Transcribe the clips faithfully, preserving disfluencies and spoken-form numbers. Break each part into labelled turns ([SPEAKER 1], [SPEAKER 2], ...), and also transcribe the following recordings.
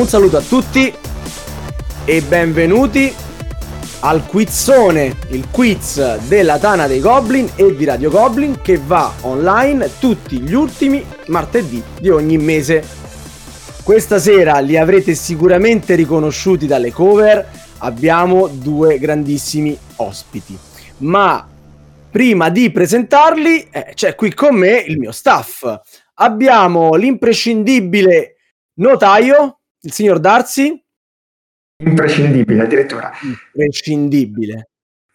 [SPEAKER 1] Un saluto a tutti e benvenuti al quizzone, il quiz della Tana dei Goblin e di Radio Goblin, che va online tutti gli ultimi martedì di ogni mese. Questa sera li avrete sicuramente riconosciuti dalle cover, abbiamo due grandissimi ospiti, ma prima di presentarli eh, c'è qui con me il mio staff. Abbiamo l'imprescindibile notaio, il signor Darsi.
[SPEAKER 2] Imprescindibile addirittura.
[SPEAKER 1] Imprescindibile.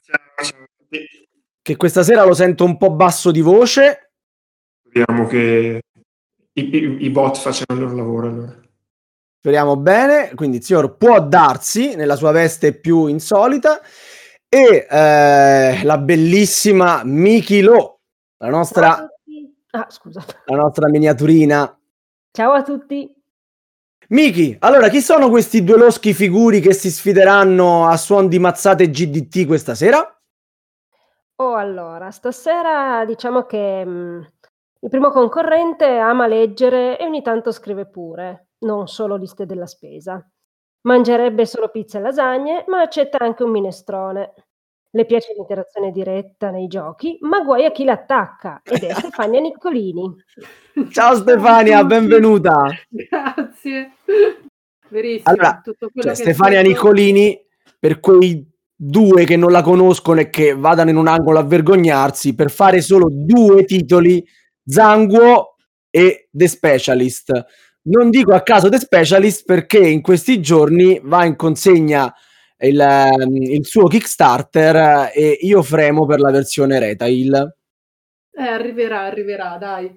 [SPEAKER 1] Che questa sera lo sento un po' basso di voce.
[SPEAKER 2] Speriamo che i, i, i bot facciano il loro lavoro allora.
[SPEAKER 1] Speriamo bene. Quindi il signor Può Darsi nella sua veste più insolita e eh, la bellissima Miki Lo, la nostra,
[SPEAKER 3] ah, scusa.
[SPEAKER 1] la nostra miniaturina.
[SPEAKER 3] Ciao a tutti.
[SPEAKER 1] Miki, allora chi sono questi due loschi figuri che si sfideranno a suon di mazzate G D T questa sera?
[SPEAKER 3] Oh, allora, stasera diciamo che mh, il primo concorrente ama leggere e ogni tanto scrive pure, non solo liste della spesa. Mangerebbe solo pizza e lasagne, ma accetta anche un minestrone. Le piace l'interazione diretta nei giochi, ma guai a chi l'attacca, ed è Stefania Niccolini.
[SPEAKER 1] Ciao Stefania, benvenuta.
[SPEAKER 4] Grazie. Verissimo.
[SPEAKER 1] Allora,
[SPEAKER 4] tutto quello
[SPEAKER 1] cioè,
[SPEAKER 4] che
[SPEAKER 1] Stefania
[SPEAKER 4] detto...
[SPEAKER 1] Niccolini, per quei due che non la conoscono e che vadano in un angolo a vergognarsi, per fare solo due titoli, Zanguo e The Specialist. Non dico a caso The Specialist perché in questi giorni va in consegna il, il suo Kickstarter e io fremo per la versione retail.
[SPEAKER 4] Eh, arriverà, arriverà, dai.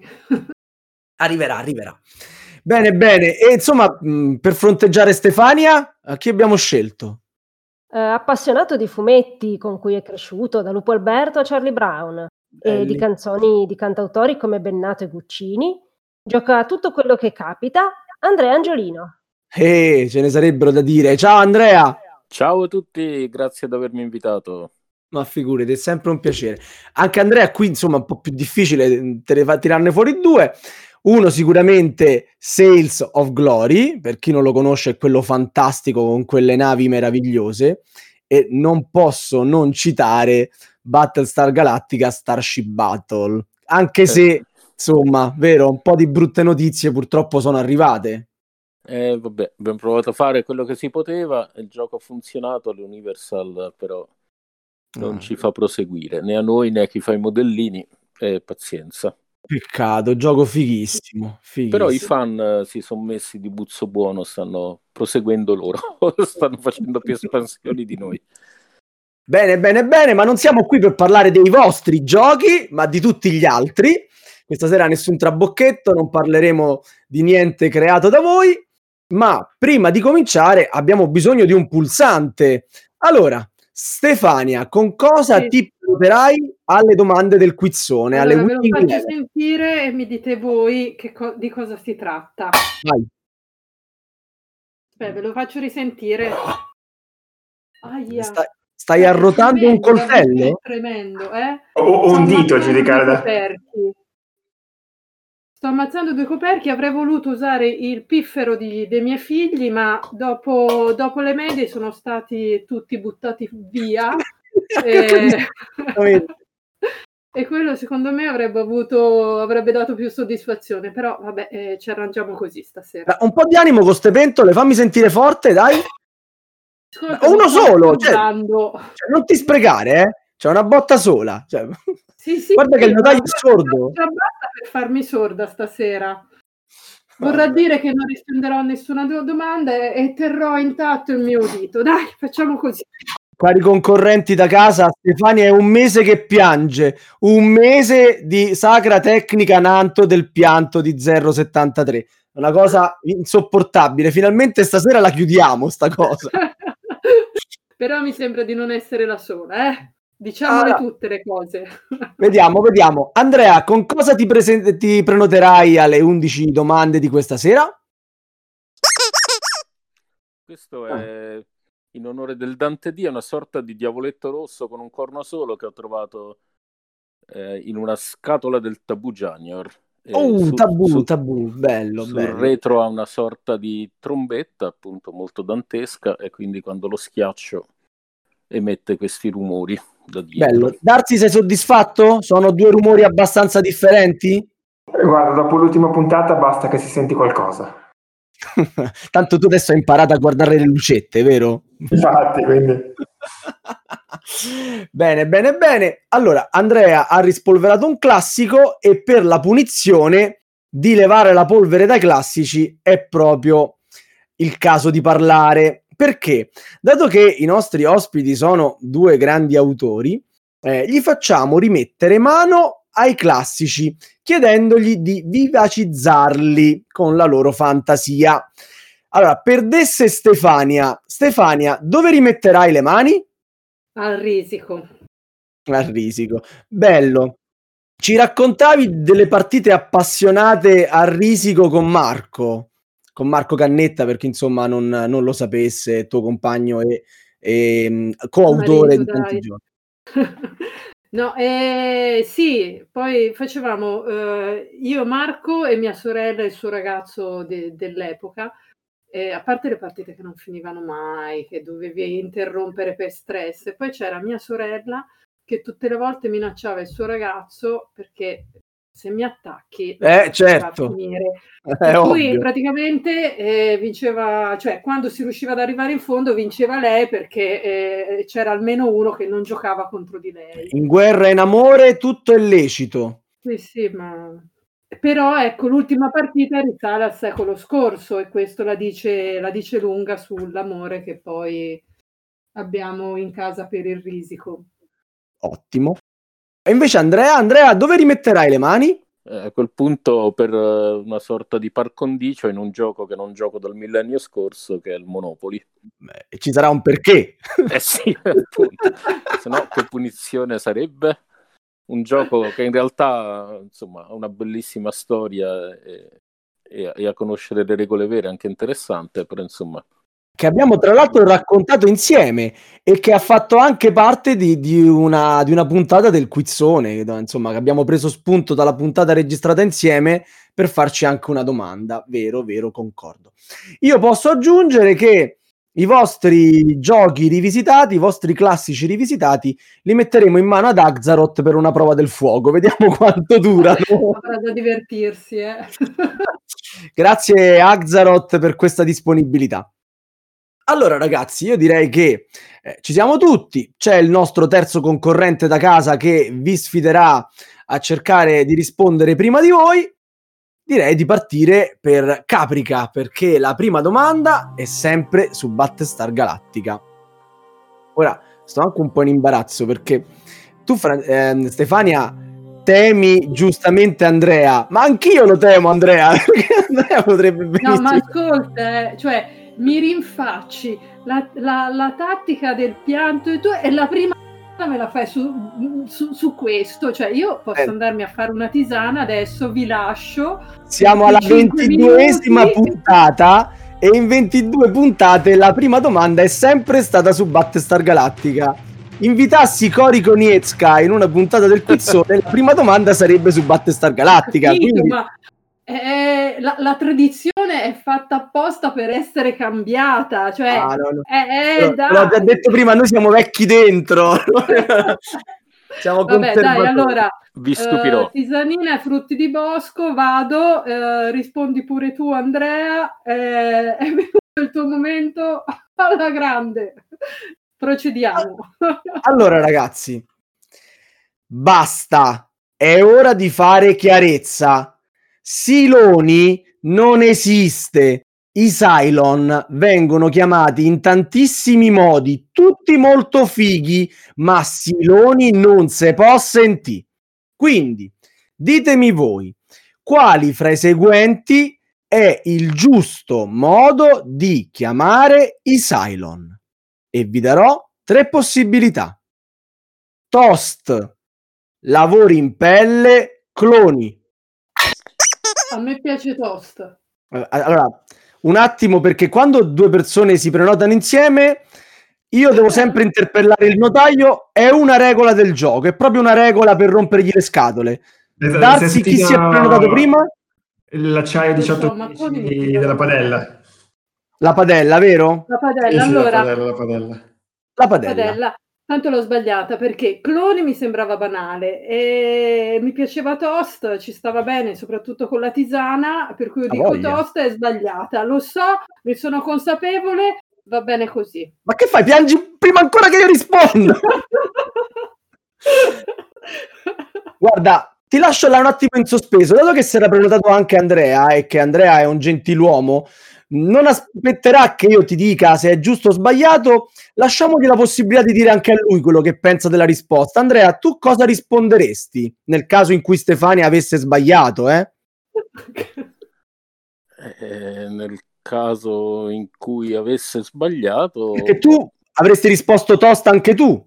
[SPEAKER 1] Arriverà, arriverà. Bene, bene. E insomma, mh, per fronteggiare Stefania, a chi abbiamo scelto?
[SPEAKER 3] Eh, appassionato di fumetti con cui è cresciuto, da Lupo Alberto a Charlie Brown, e di canzoni di cantautori come Bennato e Guccini, gioca a tutto quello che capita, Andrea Angiolino.
[SPEAKER 1] Eh, ce ne sarebbero da dire. Ciao Andrea!
[SPEAKER 5] Ciao a tutti, grazie di avermi invitato.
[SPEAKER 1] Ma figurati, è sempre un piacere. Anche Andrea qui, insomma, è un po' più difficile te ne fa tirarne fuori due. Uno sicuramente Sails of Glory, per chi non lo conosce è quello fantastico con quelle navi meravigliose, e non posso non citare Battlestar Galactica Starship Battle, anche se, insomma, vero, un po' di brutte notizie purtroppo sono arrivate.
[SPEAKER 5] Eh, vabbè, abbiamo provato a fare quello che si poteva, il gioco ha funzionato, l'Universal però non ah. ci fa proseguire, né a noi né a chi fa i modellini, eh, pazienza.
[SPEAKER 1] Peccato, gioco fighissimo, fighissimo.
[SPEAKER 5] Però i fan uh, si sono messi di buzzo buono, stanno proseguendo loro, stanno facendo più espansioni di noi.
[SPEAKER 1] Bene, bene, bene, ma non siamo qui per parlare dei vostri giochi, ma di tutti gli altri. Questa sera nessun trabocchetto, non parleremo di niente creato da voi, ma prima di cominciare abbiamo bisogno di un pulsante. Allora, Stefania, con cosa
[SPEAKER 4] sì.
[SPEAKER 1] ti prenoterai alle domande del quizzone?
[SPEAKER 4] Allora,
[SPEAKER 1] alle
[SPEAKER 4] ve lo faccio sentire e mi dite voi che co- di cosa si tratta.
[SPEAKER 1] Vai.
[SPEAKER 4] Beh, ve lo faccio risentire. Aia.
[SPEAKER 1] Stai, stai eh, arrotando tremendo, un coltello?
[SPEAKER 4] È tremendo, eh?
[SPEAKER 2] O, o un dito a giudicare da...
[SPEAKER 4] Sto ammazzando due coperchi, avrei voluto usare il piffero di, dei miei figli, ma dopo, dopo le medie sono stati tutti buttati via. e... e quello secondo me avrebbe avuto avrebbe dato più soddisfazione, però vabbè, eh, ci arrangiamo così stasera.
[SPEAKER 1] Un po' di animo con ste pentole, fammi sentire forte, dai.
[SPEAKER 4] Ascolta,
[SPEAKER 1] uno solo, cioè, cioè, non ti sprecare, eh? C'è una botta sola. Cioè...
[SPEAKER 4] Sì, sì,
[SPEAKER 1] guarda
[SPEAKER 4] sì,
[SPEAKER 1] che il notaio è sordo.
[SPEAKER 4] C'è basta per farmi sorda stasera. Vorrà Vabbè. dire che non risponderò a nessuna do- domanda e, e terrò intatto il mio udito. Dai, facciamo così.
[SPEAKER 1] Cari concorrenti da casa, Stefania è un mese che piange, un mese di sacra tecnica nanto del pianto di zero settantatré. Una cosa insopportabile. Finalmente stasera la chiudiamo, sta cosa.
[SPEAKER 4] Però mi sembra di non essere la sola, eh? Diciamole ah, tutte le cose.
[SPEAKER 1] Vediamo, vediamo. Andrea, con cosa ti, presen- ti prenoterai alle undici domande di questa sera?
[SPEAKER 5] Questo è in onore del Dante D, è una sorta di diavoletto rosso con un corno solo che ho trovato eh, in una scatola del Tabù Junior.
[SPEAKER 1] Oh,
[SPEAKER 5] su,
[SPEAKER 1] tabù,
[SPEAKER 5] su,
[SPEAKER 1] tabù, bello,
[SPEAKER 5] sul
[SPEAKER 1] bello.
[SPEAKER 5] retro ha una sorta di trombetta, appunto molto dantesca, e quindi quando lo schiaccio emette questi rumori da dietro.
[SPEAKER 1] Bello. Darsi, sei soddisfatto? Sono due rumori abbastanza differenti?
[SPEAKER 2] Guarda, dopo l'ultima puntata basta che si senti qualcosa.
[SPEAKER 1] Tanto tu adesso hai imparato a guardare le lucette, vero?
[SPEAKER 2] Infatti, quindi...
[SPEAKER 1] Bene, bene, bene. Allora, Andrea ha rispolverato un classico e per la punizione di levare la polvere dai classici è proprio il caso di parlare. Perché? Dato che i nostri ospiti sono due grandi autori, eh, gli facciamo rimettere mano ai classici, chiedendogli di vivacizzarli con la loro fantasia. Allora, perdesse Stefania, Stefania, dove rimetterai le mani?
[SPEAKER 4] Al risico.
[SPEAKER 1] Al risico. Bello. Ci raccontavi delle partite appassionate a risico con Marco, con Marco Cannetta, perché insomma non, non lo sapesse, tuo compagno e, e coautore di tanti giochi.
[SPEAKER 4] No, eh, sì, poi facevamo eh, io, Marco e mia sorella e il suo ragazzo de- dell'epoca, eh, a parte le partite che non finivano mai, che dovevi interrompere per stress, e poi c'era mia sorella che tutte le volte minacciava il suo ragazzo perché se mi attacchi
[SPEAKER 1] eh certo
[SPEAKER 4] finire.
[SPEAKER 1] È
[SPEAKER 4] per
[SPEAKER 1] ovvio.
[SPEAKER 4] Cui praticamente eh, vinceva, cioè quando si riusciva ad arrivare in fondo vinceva lei, perché eh, c'era almeno uno che non giocava contro di lei.
[SPEAKER 1] In guerra e in amore tutto è lecito.
[SPEAKER 4] Sì, sì, ma però ecco, l'ultima partita risale al secolo scorso e questo la dice, la dice lunga sull'amore che poi abbiamo in casa per il risico.
[SPEAKER 1] Ottimo. E invece Andrea, Andrea, dove rimetterai le mani?
[SPEAKER 5] Eh, a quel punto per uh, una sorta di par condicio in un gioco che non gioco dal millennio scorso, che è il Monopoly.
[SPEAKER 1] Beh, ci sarà un perché.
[SPEAKER 5] Eh sì, appunto. Se no che punizione sarebbe? Un gioco che in realtà insomma ha una bellissima storia e, e, e a conoscere le regole vere anche interessante, però insomma...
[SPEAKER 1] Che abbiamo tra l'altro raccontato insieme e che ha fatto anche parte di, di, una, di una puntata del quizzone, insomma, che abbiamo preso spunto dalla puntata registrata insieme per farci anche una domanda. Vero, vero, concordo. Io posso aggiungere che i vostri giochi rivisitati, i vostri classici rivisitati, li metteremo in mano ad Axaroth per una prova del fuoco. Vediamo quanto durano.
[SPEAKER 4] Avrà da divertirsi, eh.
[SPEAKER 1] Grazie Axaroth per questa disponibilità. Allora ragazzi, io direi che eh, ci siamo tutti, c'è il nostro terzo concorrente da casa che vi sfiderà a cercare di rispondere prima di voi. Direi di partire per Caprica, perché la prima domanda è sempre su Battlestar Galactica. Ora, sto anche un po' in imbarazzo perché tu, eh, Stefania, temi giustamente Andrea, ma anch'io lo temo Andrea, perché Andrea potrebbe benissimo...
[SPEAKER 4] No, ma ascolta, cioè... mi rinfacci la, la, la tattica del pianto e tu e la prima me la fai su, su, su questo, cioè io posso eh. andarmi a fare una tisana adesso, vi lascio.
[SPEAKER 1] Siamo alla ventiduesima puntata e in ventidue puntate la prima domanda è sempre stata su Battlestar Galactica. Invitassi Cory Konietzka in una puntata del quizzone, la prima domanda sarebbe su Battlestar Galactica.
[SPEAKER 4] Capito,
[SPEAKER 1] quindi...
[SPEAKER 4] ma... Eh, la, la tradizione è fatta apposta per essere cambiata, cioè
[SPEAKER 1] ah, no, no.
[SPEAKER 4] Eh, eh,
[SPEAKER 1] l'ho già detto prima, noi siamo vecchi dentro. Siamo
[SPEAKER 4] vabbè, dai, allora
[SPEAKER 5] vi stupirò.
[SPEAKER 4] Uh, tisanina e frutti di bosco, vado, uh, rispondi pure tu Andrea, eh, è venuto il tuo momento alla grande, procediamo.
[SPEAKER 1] Allora ragazzi, basta, è ora di fare chiarezza. Siloni non esiste. I Cylon vengono chiamati in tantissimi modi, tutti molto fighi, ma Siloni non se può sentire. Quindi, ditemi voi, quali fra i seguenti è il giusto modo di chiamare i Cylon? E vi darò tre possibilità. Toast, lavori in pelle, cloni.
[SPEAKER 4] A me piace toast.
[SPEAKER 1] Allora, un attimo, perché quando due persone si prenotano insieme, io devo sempre interpellare il notaio. È una regola del gioco, è proprio una regola per rompergli le scatole. Darsi, chi si è prenotato prima?
[SPEAKER 2] L'acciaio diciotto
[SPEAKER 4] so,
[SPEAKER 2] della padella.
[SPEAKER 1] La padella, vero?
[SPEAKER 4] La padella,
[SPEAKER 2] Sì, sì,
[SPEAKER 4] allora.
[SPEAKER 2] La padella, la padella.
[SPEAKER 1] La padella.
[SPEAKER 4] padella. Tanto l'ho sbagliata perché cloni mi sembrava banale e mi piaceva toast, ci stava bene soprattutto con la tisana, per cui io
[SPEAKER 1] La
[SPEAKER 4] dico
[SPEAKER 1] voglia.
[SPEAKER 4] toast è sbagliata, lo so, ne sono consapevole, va bene così.
[SPEAKER 1] Ma che fai? Piangi prima ancora che io risponda? Guarda, ti lascio là un attimo in sospeso, dato che si era prenotato anche Andrea e che Andrea è un gentiluomo, non aspetterà che io ti dica se è giusto o sbagliato, lasciamogli la possibilità di dire anche a lui quello che pensa della risposta. Andrea, tu cosa risponderesti nel caso in cui Stefania avesse sbagliato, eh?
[SPEAKER 5] Eh, nel caso in cui avesse sbagliato...
[SPEAKER 1] Perché tu avresti risposto toast anche tu.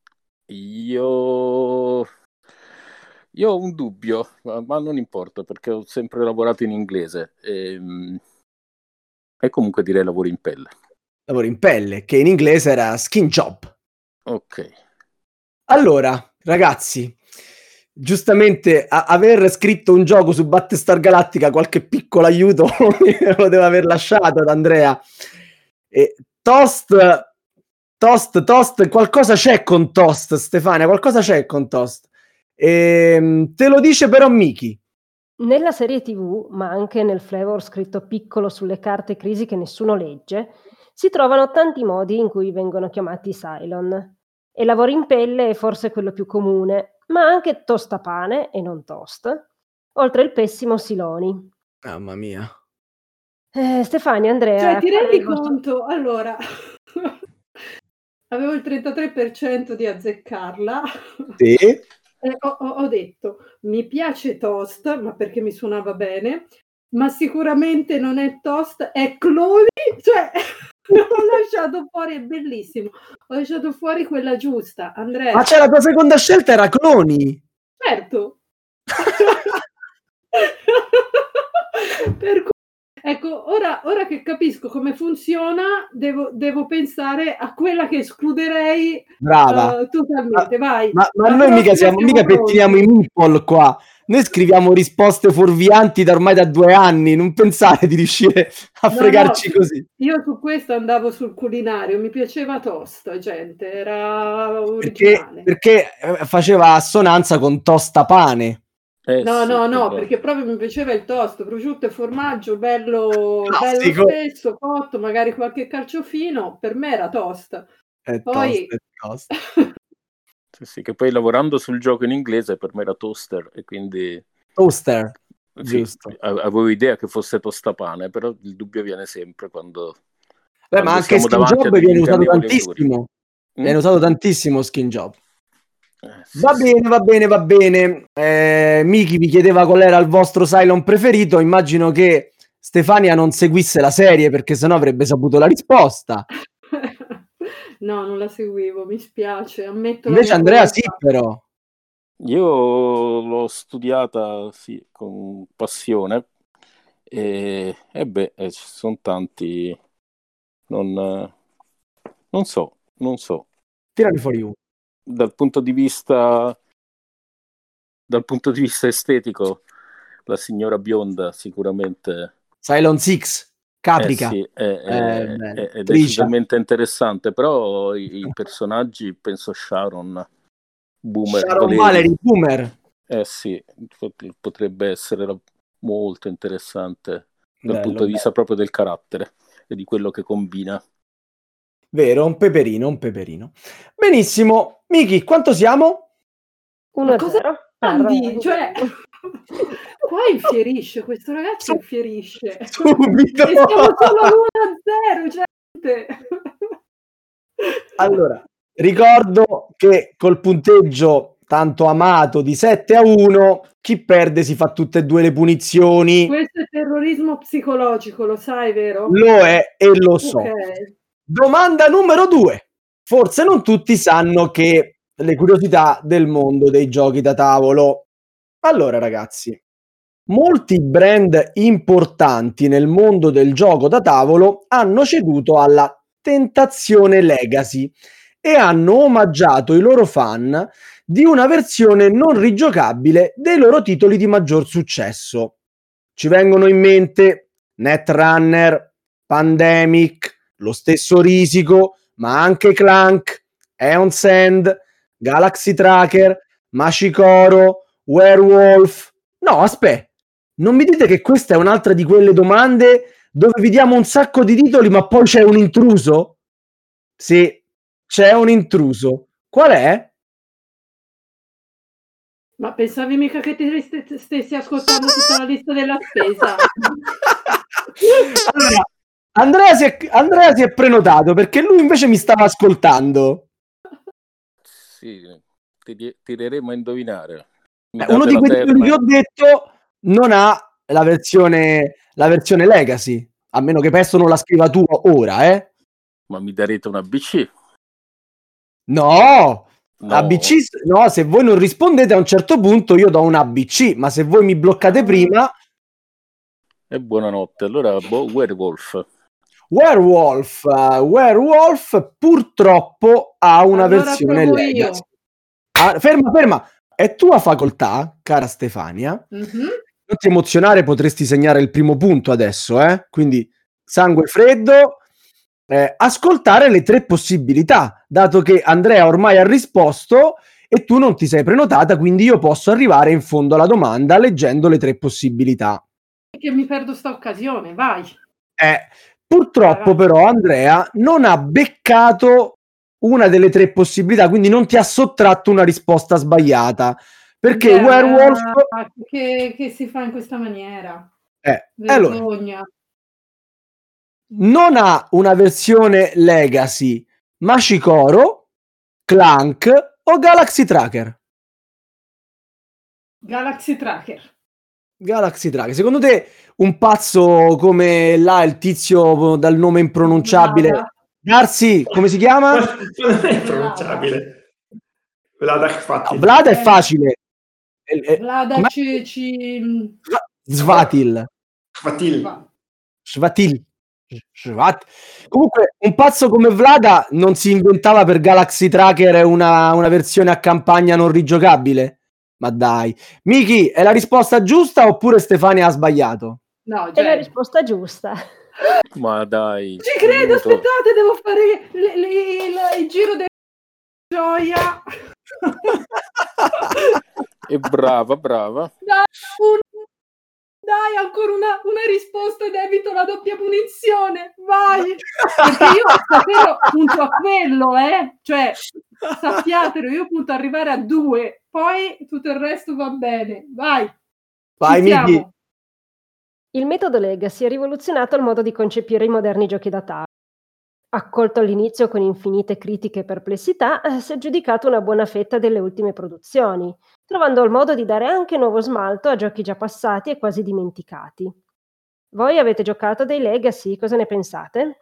[SPEAKER 5] Io... Io ho un dubbio, ma, ma non importa, perché ho sempre lavorato in inglese. E, e comunque direi lavoro in pelle.
[SPEAKER 1] Lavoro in pelle, che in inglese era skin job.
[SPEAKER 5] Ok.
[SPEAKER 1] Allora, ragazzi, giustamente a- aver scritto un gioco su Battlestar Galactica qualche piccolo aiuto lo devo aver lasciato ad Andrea. E toast, toast, toast, qualcosa c'è con toast, Stefania, qualcosa c'è con toast. E, te lo dice però Miki.
[SPEAKER 3] Nella serie tivù, ma anche nel flavor scritto piccolo sulle carte crisi che nessuno legge, si trovano tanti modi in cui vengono chiamati Cylon. E lavoro in pelle è forse quello più comune, ma anche tostapane e non toast, oltre il pessimo Siloni.
[SPEAKER 1] Mamma mia.
[SPEAKER 3] Eh, Stefania, Andrea...
[SPEAKER 4] Cioè, ti rendi
[SPEAKER 3] vostro...
[SPEAKER 4] conto? Allora, avevo il trentatré per cento di azzeccarla.
[SPEAKER 1] Sì.
[SPEAKER 4] E ho, ho, ho detto, mi piace toast, ma perché mi suonava bene, ma sicuramente non è toast, è cloni, cioè ho lasciato fuori, è bellissimo, ho lasciato fuori quella giusta, Andrea.
[SPEAKER 1] Ma c'è la tua seconda scelta era cloni.
[SPEAKER 4] Certo. Per cui, ecco, ora, ora che capisco come funziona, devo, devo pensare a quella che escluderei.
[SPEAKER 1] Brava.
[SPEAKER 4] Uh, totalmente,
[SPEAKER 1] ma,
[SPEAKER 4] vai.
[SPEAKER 1] Ma, ma
[SPEAKER 4] La
[SPEAKER 1] noi mica,
[SPEAKER 4] prossima
[SPEAKER 1] siamo, mica
[SPEAKER 4] pronti.
[SPEAKER 1] pettiniamo i meatball qua. Noi scriviamo risposte fuorvianti da ormai da due anni. Non pensate di riuscire a
[SPEAKER 4] No,
[SPEAKER 1] fregarci
[SPEAKER 4] no,
[SPEAKER 1] così.
[SPEAKER 4] Io su questo andavo sul culinario, mi piaceva toast, gente, era
[SPEAKER 1] Perché,
[SPEAKER 4] originale.
[SPEAKER 1] perché eh, faceva assonanza con tostapane.
[SPEAKER 5] Eh,
[SPEAKER 4] No,
[SPEAKER 5] sì,
[SPEAKER 4] no, no,
[SPEAKER 5] quello-
[SPEAKER 4] perché proprio mi piaceva il toast, prosciutto e formaggio, bello, bello
[SPEAKER 1] Classico.
[SPEAKER 4] spesso, cotto, magari qualche carciofino, per me era toast.
[SPEAKER 1] È
[SPEAKER 4] Poi...
[SPEAKER 1] toast, è toast.
[SPEAKER 5] Sì, sì, che poi lavorando sul gioco in inglese per me era toaster e quindi
[SPEAKER 1] Toaster,
[SPEAKER 5] sì,
[SPEAKER 1] giusto.
[SPEAKER 5] avevo idea che fosse tostapane, però il dubbio viene sempre quando,
[SPEAKER 1] Beh,
[SPEAKER 5] quando
[SPEAKER 1] ma anche
[SPEAKER 5] siamo
[SPEAKER 1] skin
[SPEAKER 5] davanti a
[SPEAKER 1] job
[SPEAKER 5] degli
[SPEAKER 1] viene usato
[SPEAKER 5] ingannevoli autori.
[SPEAKER 1] tantissimo.
[SPEAKER 5] Mm?
[SPEAKER 1] Viene usato tantissimo skin job.
[SPEAKER 5] Eh, sì,
[SPEAKER 1] Va
[SPEAKER 5] sì.
[SPEAKER 1] bene, va bene, va bene. Eh, Miki vi chiedeva qual era il vostro Cylon preferito. Immagino che Stefania non seguisse la serie perché sennò avrebbe saputo la risposta.
[SPEAKER 4] No, non la seguivo, mi spiace, ammetto.
[SPEAKER 1] Invece
[SPEAKER 4] la mia
[SPEAKER 1] Andrea
[SPEAKER 4] colpa.
[SPEAKER 1] sì, però.
[SPEAKER 5] Io l'ho studiata sì, con passione e, e beh, eh, ci sono tanti, non, eh, non so, non so.
[SPEAKER 1] Tirali fuori uno.
[SPEAKER 5] Dal punto di vista dal punto di vista estetico, la signora bionda sicuramente
[SPEAKER 1] Cylon sei, Caprica.
[SPEAKER 5] eh sì, è, è,
[SPEAKER 1] Eh, bene.
[SPEAKER 5] è- è
[SPEAKER 1] Trisha.
[SPEAKER 5] decisamente interessante, però i, i personaggi, penso Sharon, Boomer,
[SPEAKER 1] Sharon
[SPEAKER 5] Valerie,
[SPEAKER 1] Valerie, Boomer.
[SPEAKER 5] eh sì, pot- potrebbe essere la- molto interessante dal
[SPEAKER 1] Bello,
[SPEAKER 5] punto di vista
[SPEAKER 1] bello.
[SPEAKER 5] proprio del carattere e di quello che combina.
[SPEAKER 1] Vero, un peperino, un peperino. Benissimo. Miki, quanto siamo?
[SPEAKER 3] uno
[SPEAKER 4] Ma
[SPEAKER 3] a
[SPEAKER 4] cosa
[SPEAKER 3] zero.
[SPEAKER 4] Andi, cioè, qua infierisce, questo ragazzo infierisce.
[SPEAKER 1] Subito.
[SPEAKER 4] E siamo solo all'uno a zero, gente.
[SPEAKER 1] Allora, ricordo che col punteggio tanto amato di sette a uno, chi perde si fa tutte e due le punizioni.
[SPEAKER 4] Questo è terrorismo psicologico, lo sai, vero?
[SPEAKER 1] Lo è e lo so.
[SPEAKER 4] Ok.
[SPEAKER 1] Domanda numero due. Forse non tutti sanno che le curiosità del mondo dei giochi da tavolo. Allora, ragazzi, molti brand importanti nel mondo del gioco da tavolo hanno ceduto alla tentazione legacy e hanno omaggiato i loro fan di una versione non rigiocabile dei loro titoli di maggior successo. Ci vengono in mente Netrunner, Pandemic, lo stesso Risico, ma anche Clank, Aeon's End, Galaxy Tracker, Machikoro, Werewolf. No, aspetta, non mi dite che questa è un'altra di quelle domande dove vi diamo un sacco di titoli ma poi c'è un intruso? Sì, c'è un intruso. Qual è?
[SPEAKER 4] Ma pensavi mica che ti st- stessi ascoltando tutta la lista della spesa?
[SPEAKER 1] Allora, Andrea si, è, Andrea si è prenotato perché lui invece mi stava ascoltando.
[SPEAKER 5] Sì, ti tireremo a indovinare.
[SPEAKER 1] Eh, uno di quei titoli che ho detto non ha la versione, la versione Legacy, a meno che Pesto non la scriva tu ora, eh?
[SPEAKER 5] Ma mi darete una B C?
[SPEAKER 1] No!
[SPEAKER 5] No.
[SPEAKER 1] A B C, no, se voi non rispondete a un certo punto io do una B C, ma se voi mi bloccate prima...
[SPEAKER 5] E buonanotte, allora boh, Werewolf.
[SPEAKER 1] Werewolf, uh, Werewolf purtroppo ha una
[SPEAKER 4] allora
[SPEAKER 1] versione Legacy. Ah, ferma, ferma, è tua facoltà, cara Stefania.
[SPEAKER 4] Mm-hmm.
[SPEAKER 1] Non ti emozionare, potresti segnare il primo punto adesso, eh? Quindi sangue freddo. Eh, ascoltare le tre possibilità, dato che Andrea ormai ha risposto e tu non ti sei prenotata, quindi io posso arrivare in fondo alla domanda leggendo le tre possibilità.
[SPEAKER 4] Che mi perdo sta occasione, vai.
[SPEAKER 1] Eh, purtroppo vai, vai. Però Andrea non ha beccato una delle tre possibilità, quindi non ti ha sottratto una risposta sbagliata, perché yeah, Werewolf...
[SPEAKER 4] Che, che si fa in questa maniera?
[SPEAKER 1] Eh, allora... non ha una versione Legacy, Machikoro, Clank o Galaxy Tracker?
[SPEAKER 4] Galaxy Tracker.
[SPEAKER 1] Galaxy Tracker. Secondo te un pazzo come là, il tizio dal nome impronunciabile, Vlada. Darsi, come si chiama?
[SPEAKER 2] Non è impronunciabile. Vlada Svatil.
[SPEAKER 1] No, Vlada è facile.
[SPEAKER 4] Vlada ci... ci...
[SPEAKER 1] Svatil.
[SPEAKER 2] Svatil.
[SPEAKER 1] Svatil. Comunque un pazzo come Vlada non si inventava per Galaxy Tracker una, una versione a campagna non rigiocabile? Ma dai, Miki, è la risposta giusta oppure Stefania ha sbagliato?
[SPEAKER 3] No, è la risposta giusta.
[SPEAKER 5] Ma dai,
[SPEAKER 4] ci credo, aspettate, devo fare le, le, le, il giro della gioia.
[SPEAKER 5] E brava, brava.
[SPEAKER 4] Dai, un... Dai, ancora una, una risposta ed evito la doppia punizione, vai! Perché io stasera punto a quello, eh? Cioè, sappiatelo, io punto arrivare a due, poi tutto il resto va bene, vai!
[SPEAKER 1] Vai, Miki!
[SPEAKER 3] Il metodo Legacy ha rivoluzionato il modo di concepire i moderni giochi da tavolo. Accolto all'inizio con infinite critiche e perplessità, eh, si è aggiudicato una buona fetta delle ultime produzioni, trovando il modo di dare anche nuovo smalto a giochi già passati e quasi dimenticati. Voi avete giocato dei Legacy, cosa ne pensate?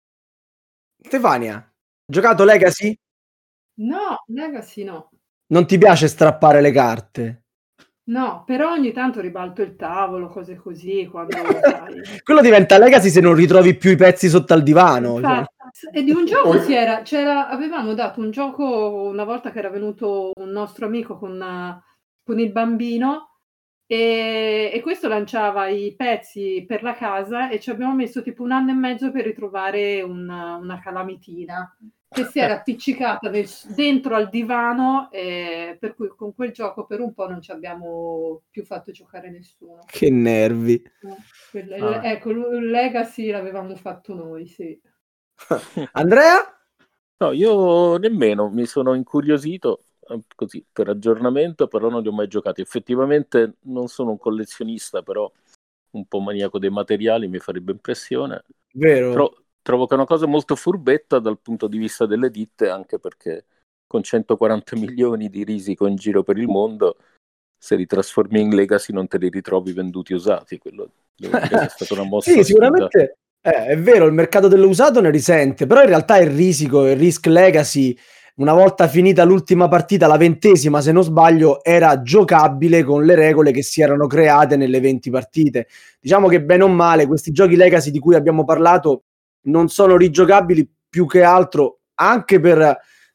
[SPEAKER 1] Stefania, giocato Legacy?
[SPEAKER 4] No, Legacy no.
[SPEAKER 1] Non ti piace strappare le carte?
[SPEAKER 4] No, però ogni tanto ribalto il tavolo, cose così, quando sai.
[SPEAKER 1] Quello diventa Legacy se non ritrovi più i pezzi sotto al divano. Cioè.
[SPEAKER 4] E di un gioco si era, c'era, avevamo dato un gioco una volta che era venuto un nostro amico con, uh, con il bambino e, e questo lanciava i pezzi per la casa e ci abbiamo messo tipo un anno e mezzo per ritrovare una, una calamitina che si era appiccicata nel, dentro al divano, eh, per cui con quel gioco per un po' non ci abbiamo più fatto giocare nessuno.
[SPEAKER 1] Che nervi.
[SPEAKER 4] Eh, ah. Ecco, il Legacy l'avevamo fatto noi, sì.
[SPEAKER 1] Andrea?
[SPEAKER 5] No, io nemmeno, mi sono incuriosito così per aggiornamento, però non li ho mai giocati. Effettivamente non sono un collezionista, però un po' maniaco dei materiali, mi farebbe impressione.
[SPEAKER 1] Vero?
[SPEAKER 5] Tro- trovo che è una cosa molto furbetta dal punto di vista delle ditte, anche perché con centoquaranta milioni di risico in giro per il mondo, se li trasformi in Legacy non te li ritrovi venduti usati. Quello devo dire che è stata una mossa.
[SPEAKER 1] Sì, sicuramente eh, è vero, il mercato dell'usato ne risente, però in realtà il risico, il Risk Legacy, una volta finita l'ultima partita, la ventesima se non sbaglio, era giocabile con le regole che si erano create nelle venti partite. Diciamo che bene o male questi giochi Legacy di cui abbiamo parlato non sono rigiocabili più che altro anche per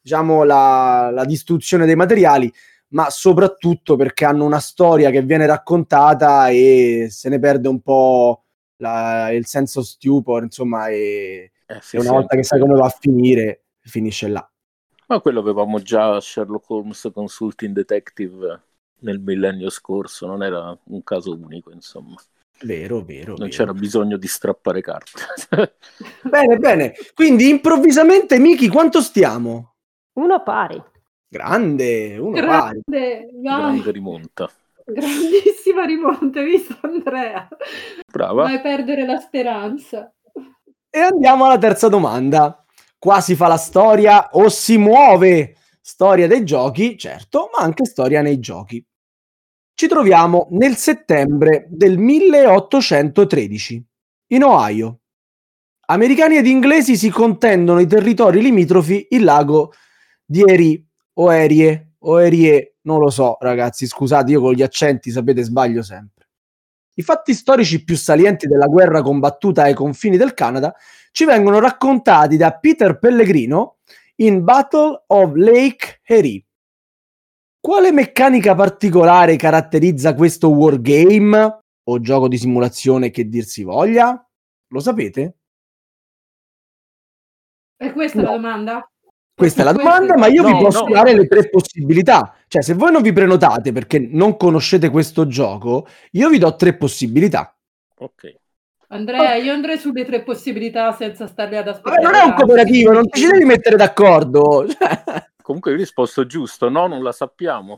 [SPEAKER 1] diciamo, la, la distruzione dei materiali, ma soprattutto perché hanno una storia che viene raccontata e se ne perde un po' la, il senso stupor, insomma, e,
[SPEAKER 5] eh, sì,
[SPEAKER 1] e una
[SPEAKER 5] sì,
[SPEAKER 1] volta che sai come va a finire, finisce là.
[SPEAKER 5] Ma quello avevamo già Sherlock Holmes Consulting Detective nel millennio scorso, non era un caso unico, insomma.
[SPEAKER 1] Vero, vero.
[SPEAKER 5] Non
[SPEAKER 1] vero.
[SPEAKER 5] c'era bisogno di strappare carte.
[SPEAKER 1] Bene, bene. Quindi improvvisamente, Miki, quanto stiamo?
[SPEAKER 3] Uno pari.
[SPEAKER 1] Grande, uno
[SPEAKER 4] Grande,
[SPEAKER 1] pari.
[SPEAKER 5] Grande rimonta.
[SPEAKER 4] Grandissima rimonta, hai visto Andrea?
[SPEAKER 5] Brava.
[SPEAKER 4] Mai perdere la speranza.
[SPEAKER 1] E andiamo alla terza domanda. Qua si fa la storia o si muove. Storia dei giochi, certo, ma anche storia nei giochi. Ci troviamo nel settembre del milleottocentotredici, in Ohio. Americani ed inglesi si contendono i territori limitrofi il lago di Erie, o Erie, o Erie, non lo so ragazzi, scusate, io con gli accenti, sapete, sbaglio sempre. I fatti storici più salienti della guerra combattuta ai confini del Canada ci vengono raccontati da Peter Pellegrino in Battle of Lake Erie. Quale meccanica particolare caratterizza questo wargame o gioco di simulazione che dir si voglia? Lo sapete?
[SPEAKER 4] E questa
[SPEAKER 1] No.
[SPEAKER 4] è la domanda?
[SPEAKER 1] Questa è la
[SPEAKER 4] Questa-
[SPEAKER 1] domanda, ma io
[SPEAKER 5] No,
[SPEAKER 1] vi posso
[SPEAKER 5] no.
[SPEAKER 1] dare le tre possibilità. Cioè, se voi non vi prenotate perché non conoscete questo gioco, io vi do tre possibilità.
[SPEAKER 5] Ok.
[SPEAKER 4] Andrea, io andrei sulle tre possibilità senza starli ad aspettare.
[SPEAKER 1] Vabbè, non è un cooperativo, non ti ci devi mettere d'accordo.
[SPEAKER 5] Comunque io ho risposto giusto, no? Non la sappiamo.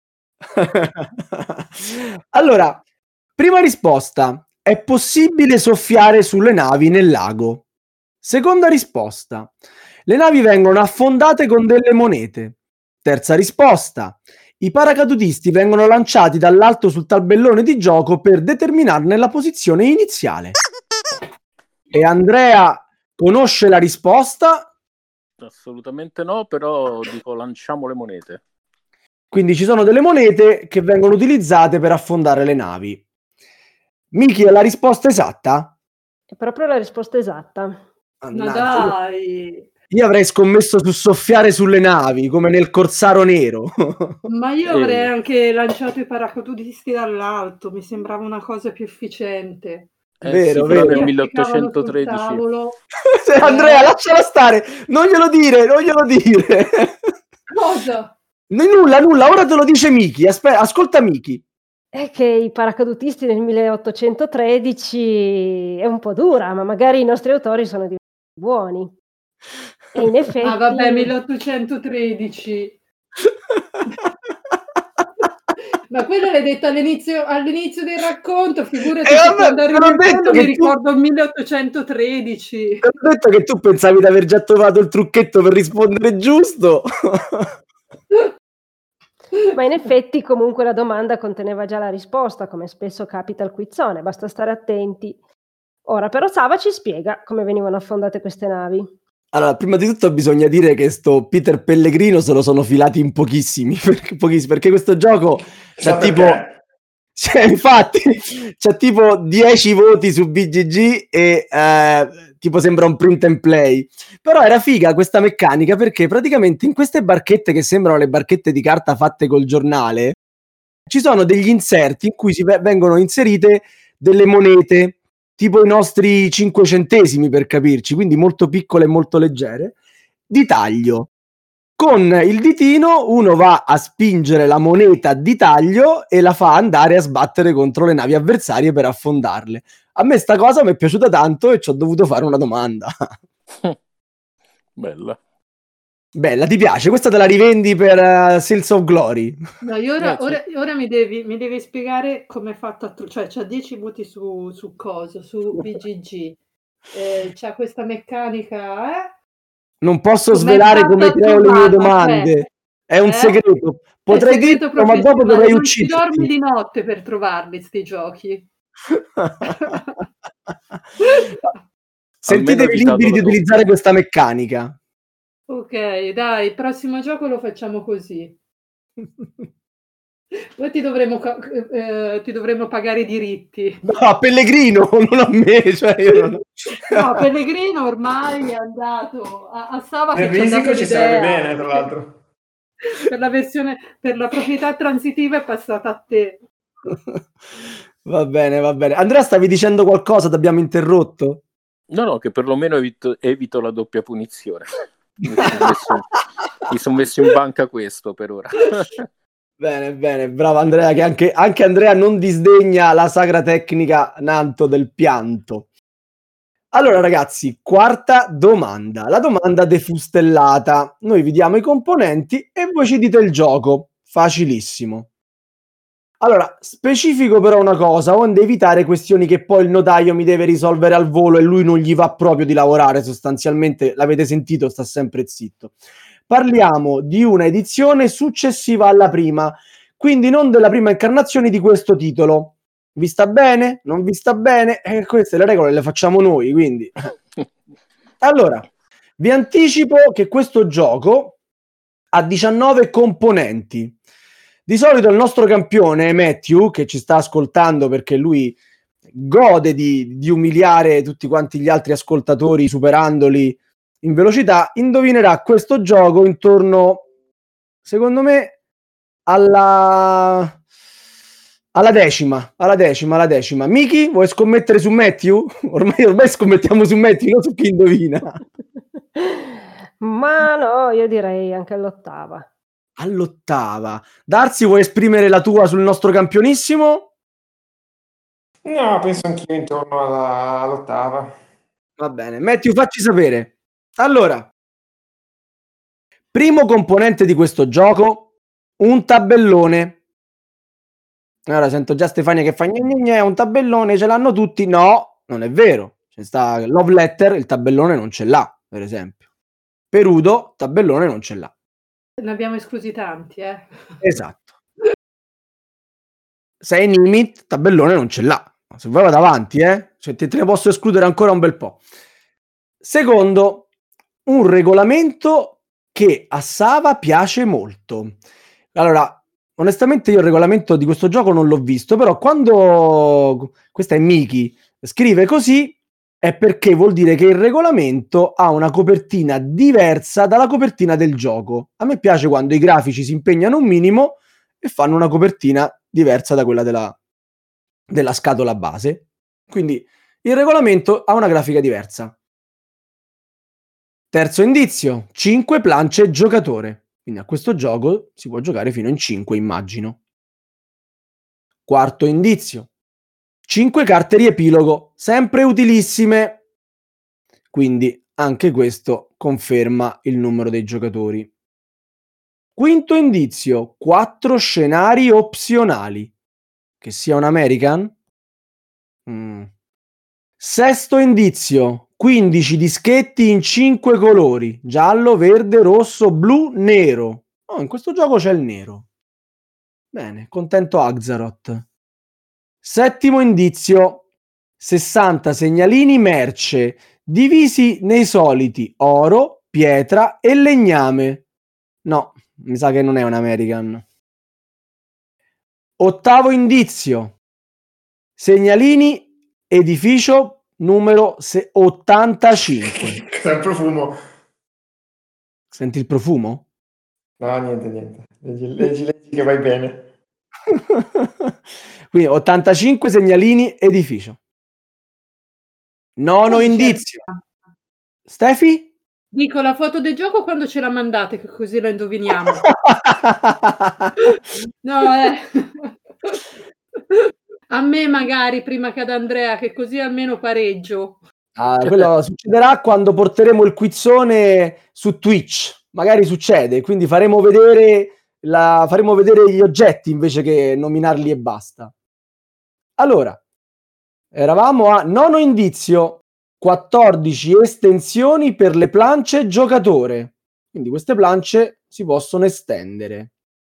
[SPEAKER 1] Allora, prima risposta. È possibile soffiare sulle navi nel lago? Seconda risposta. Le navi vengono affondate con delle monete. Terza risposta. I paracadutisti vengono lanciati dall'alto sul tabellone di gioco per determinarne la posizione iniziale. E Andrea conosce la risposta?
[SPEAKER 5] Assolutamente no, però dico lanciamo le monete.
[SPEAKER 1] Quindi ci sono delle monete che vengono utilizzate per affondare le navi. Miki, è la risposta esatta?
[SPEAKER 3] È proprio la risposta esatta.
[SPEAKER 4] Ma
[SPEAKER 1] Mannaggia, io-
[SPEAKER 4] dai!
[SPEAKER 1] Io avrei scommesso su soffiare sulle navi, come nel Corsaro Nero.
[SPEAKER 4] Ma io
[SPEAKER 5] Eh.
[SPEAKER 4] avrei anche lanciato i paracadutisti dall'alto, mi sembrava una cosa più efficiente.
[SPEAKER 5] Eh
[SPEAKER 1] Vero,
[SPEAKER 5] sì, però
[SPEAKER 1] vero.
[SPEAKER 5] nel
[SPEAKER 4] Si appiccavano sul
[SPEAKER 5] milleottocentotredici.
[SPEAKER 4] tavolo.
[SPEAKER 1] Se- Andrea, lasciala stare, non glielo dire, non glielo dire.
[SPEAKER 4] Cosa?
[SPEAKER 1] No, nulla, nulla, ora te lo dice Miki. Aspetta, ascolta Miki.
[SPEAKER 3] È che i paracadutisti nel milleottocentotredici è un po' dura, ma magari i nostri autori sono diventati buoni. E in effetti...
[SPEAKER 4] Ah vabbè, milleottocentotredici. Ma quello l'hai detto all'inizio, all'inizio del racconto, figurati
[SPEAKER 1] Eh,
[SPEAKER 4] che
[SPEAKER 1] vabbè,
[SPEAKER 4] quando
[SPEAKER 1] te
[SPEAKER 4] arrivo
[SPEAKER 1] l'ho
[SPEAKER 4] in
[SPEAKER 1] detto
[SPEAKER 4] fondo
[SPEAKER 1] che
[SPEAKER 4] mi
[SPEAKER 1] tu-
[SPEAKER 4] ricordo il milleottocentotredici.
[SPEAKER 1] Ti ho detto che tu pensavi di aver già trovato il trucchetto per rispondere giusto.
[SPEAKER 3] Ma in effetti comunque la domanda conteneva già la risposta, come spesso capita al quizzone, basta stare attenti. Ora però Sava ci spiega come venivano affondate queste navi.
[SPEAKER 1] Allora, prima di tutto bisogna dire che sto Peter Pellegrino se lo sono filati in pochissimi, perché, pochissimi, perché questo gioco c'ha
[SPEAKER 2] Sa
[SPEAKER 1] tipo...
[SPEAKER 2] perché?
[SPEAKER 1] Cioè, infatti, c'ha tipo dieci voti su B G G e eh, tipo sembra un print and play. Però era figa questa meccanica perché praticamente in queste barchette che sembrano le barchette di carta fatte col giornale ci sono degli inserti in cui si ve- vengono inserite delle monete, tipo i nostri cinque centesimi per capirci, quindi molto piccole e molto leggere, di taglio. Con il ditino uno va a spingere la moneta di taglio e la fa andare a sbattere contro le navi avversarie per affondarle. A me sta cosa mi è piaciuta tanto e ci ho dovuto fare una domanda.
[SPEAKER 5] Bella.
[SPEAKER 1] Bella, ti piace? Questa te la rivendi per uh, Sales of Glory?
[SPEAKER 4] No, io ora,
[SPEAKER 5] Eh, sì.
[SPEAKER 4] ora, ora mi, devi, mi devi spiegare come è fatto, a tro- cioè c'ha dieci voti su, su cosa, su B G G, eh, c'ha questa meccanica, eh?
[SPEAKER 1] Non posso
[SPEAKER 4] Com'è
[SPEAKER 1] svelare
[SPEAKER 4] fatto
[SPEAKER 1] come
[SPEAKER 4] a
[SPEAKER 1] creo le mie
[SPEAKER 4] trovarla,
[SPEAKER 1] domande.
[SPEAKER 4] cioè?
[SPEAKER 1] È un
[SPEAKER 4] Eh?
[SPEAKER 1] segreto.
[SPEAKER 4] È
[SPEAKER 1] Potrei
[SPEAKER 4] segreto
[SPEAKER 1] dirlo, ma dopo
[SPEAKER 4] professionale,
[SPEAKER 1] dovrei
[SPEAKER 4] non ci dormi
[SPEAKER 1] ucciderti.
[SPEAKER 4] di notte per trovarli sti giochi.
[SPEAKER 1] Sentitevi
[SPEAKER 5] evitato
[SPEAKER 1] liberi di
[SPEAKER 5] la
[SPEAKER 1] utilizzare
[SPEAKER 5] doppia.
[SPEAKER 1] questa meccanica.
[SPEAKER 4] Ok, dai, il prossimo gioco lo facciamo così. Noi ti dovremmo, eh, ti dovremmo pagare i diritti.
[SPEAKER 1] No, a Pellegrino, non a me. Cioè io non...
[SPEAKER 4] No, Pellegrino ormai è andato a, a Sava.
[SPEAKER 2] Nel risico ci sarebbe bene, tra l'altro.
[SPEAKER 4] Per la versione, per la proprietà transitiva è passata a te.
[SPEAKER 1] Va bene, va bene. Andrea, stavi dicendo qualcosa? Ti abbiamo interrotto?
[SPEAKER 5] No, no, che perlomeno evito, evito la doppia punizione. Mi sono messo, mi son messo in banca questo per ora.
[SPEAKER 1] Bene, bene, bravo Andrea, che anche, anche Andrea non disdegna la sacra tecnica Nanto del pianto. Allora ragazzi, quarta domanda, la domanda defustellata. Noi vi diamo i componenti e voi ci dite il gioco, facilissimo. Allora, specifico però una cosa, onde evitare questioni che poi il notaio mi deve risolvere al volo e lui non gli va proprio di lavorare, sostanzialmente, l'avete sentito, sta sempre zitto. Parliamo di una edizione successiva alla prima, quindi non della prima incarnazione di questo titolo. Vi sta bene? Non vi sta bene? Eh, queste le regole le facciamo noi, quindi. Allora, vi anticipo che questo gioco ha diciannove componenti. Di solito il nostro campione, Matthew, che ci sta ascoltando perché lui gode di, di umiliare tutti quanti gli altri ascoltatori superandoli in velocità, indovinerà questo gioco intorno, secondo me, alla... alla decima, alla decima, alla decima. Miki, vuoi scommettere su Matthew? Ormai, ormai scommettiamo su Matthew, non su chi indovina.
[SPEAKER 3] Ma no, io direi anche all'ottava.
[SPEAKER 1] All'ottava. Darsi, vuoi esprimere la tua sul nostro campionissimo?
[SPEAKER 2] No, penso anch'io intorno alla, all'ottava.
[SPEAKER 1] Va bene. Matthew, facci sapere. Allora, primo componente di questo gioco, un tabellone. Allora sento già Stefania che fa gne gne gne, un tabellone, ce l'hanno tutti? No, non è vero. C'è sta Love Letter, il tabellone non ce l'ha, per esempio. Perudo, tabellone non ce l'ha.
[SPEAKER 4] Ne abbiamo esclusi tanti, eh.
[SPEAKER 1] Esatto. Sei Nimit, tabellone non ce l'ha. Se vuoi vado avanti, eh. Cioè, te, te ne posso escludere ancora un bel po'. Secondo, un regolamento che a Sava piace molto. Allora, onestamente io il regolamento di questo gioco non l'ho visto, però quando, questa è Miki, scrive così è perché vuol dire che il regolamento ha una copertina diversa dalla copertina del gioco. A me piace quando i grafici si impegnano un minimo e fanno una copertina diversa da quella della, della scatola base. Quindi il regolamento ha una grafica diversa. Terzo indizio, cinque planche giocatore. Quindi a questo gioco si può giocare fino in cinque, immagino. Quarto indizio, cinque carte riepilogo, sempre utilissime. Quindi anche questo conferma il numero dei giocatori. Quinto indizio, quattro scenari opzionali. Che sia un American? Mm. Sesto indizio, quindici dischetti in cinque colori, giallo, verde, rosso, blu, nero. Oh, in questo gioco c'è il nero. Bene, contento Axaroth. Settimo indizio, sessanta segnalini merce, divisi nei soliti oro, pietra e legname. No, mi sa che non è un American. Ottavo indizio, segnalini edificio numero ottantacinque.
[SPEAKER 2] C'è il profumo.
[SPEAKER 1] Senti il profumo?
[SPEAKER 2] No, niente, niente. Leggi, leggi, leggi che vai bene.
[SPEAKER 1] Quindi ottantacinque segnalini edificio. Nono indizio. Stefi?
[SPEAKER 4] Dico la foto del gioco quando ce la mandate, che così la indoviniamo. No, eh. A me magari prima che ad Andrea, che così almeno pareggio.
[SPEAKER 1] Ah, quello succederà quando porteremo il quizzone su Twitch. Magari succede, quindi faremo vedere, la, faremo vedere gli oggetti invece che nominarli e basta. Allora, eravamo a nono indizio, quattordici estensioni per le planche giocatore. Quindi queste planche si possono estendere.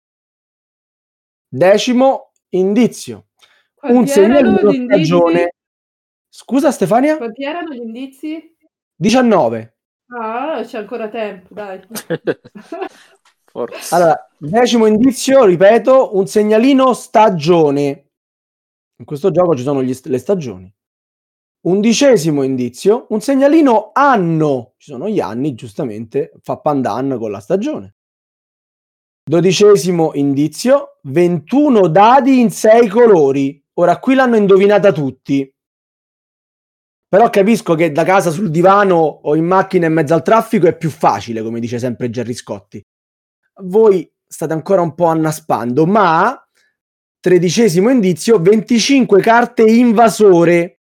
[SPEAKER 1] Decimo indizio,
[SPEAKER 4] Quanti
[SPEAKER 1] un segnalino
[SPEAKER 4] indizi?
[SPEAKER 1] stagione. Scusa Stefania?
[SPEAKER 4] Quanti erano gli indizi?
[SPEAKER 1] diciannove.
[SPEAKER 4] Ah, c'è ancora tempo, dai.
[SPEAKER 5] Forza.
[SPEAKER 1] Allora, decimo indizio, ripeto, un segnalino stagione. In questo gioco ci sono gli, le stagioni. Undicesimo indizio, un segnalino anno. Ci sono gli anni, giustamente, fa pandan con la stagione. Dodicesimo indizio, ventuno dadi in sei colori. Ora, qui l'hanno indovinata tutti. Però capisco che da casa sul divano o in macchina in mezzo al traffico è più facile, come dice sempre Gerry Scotti. Voi state ancora un po' annaspando, ma tredicesimo indizio, venticinque carte invasore.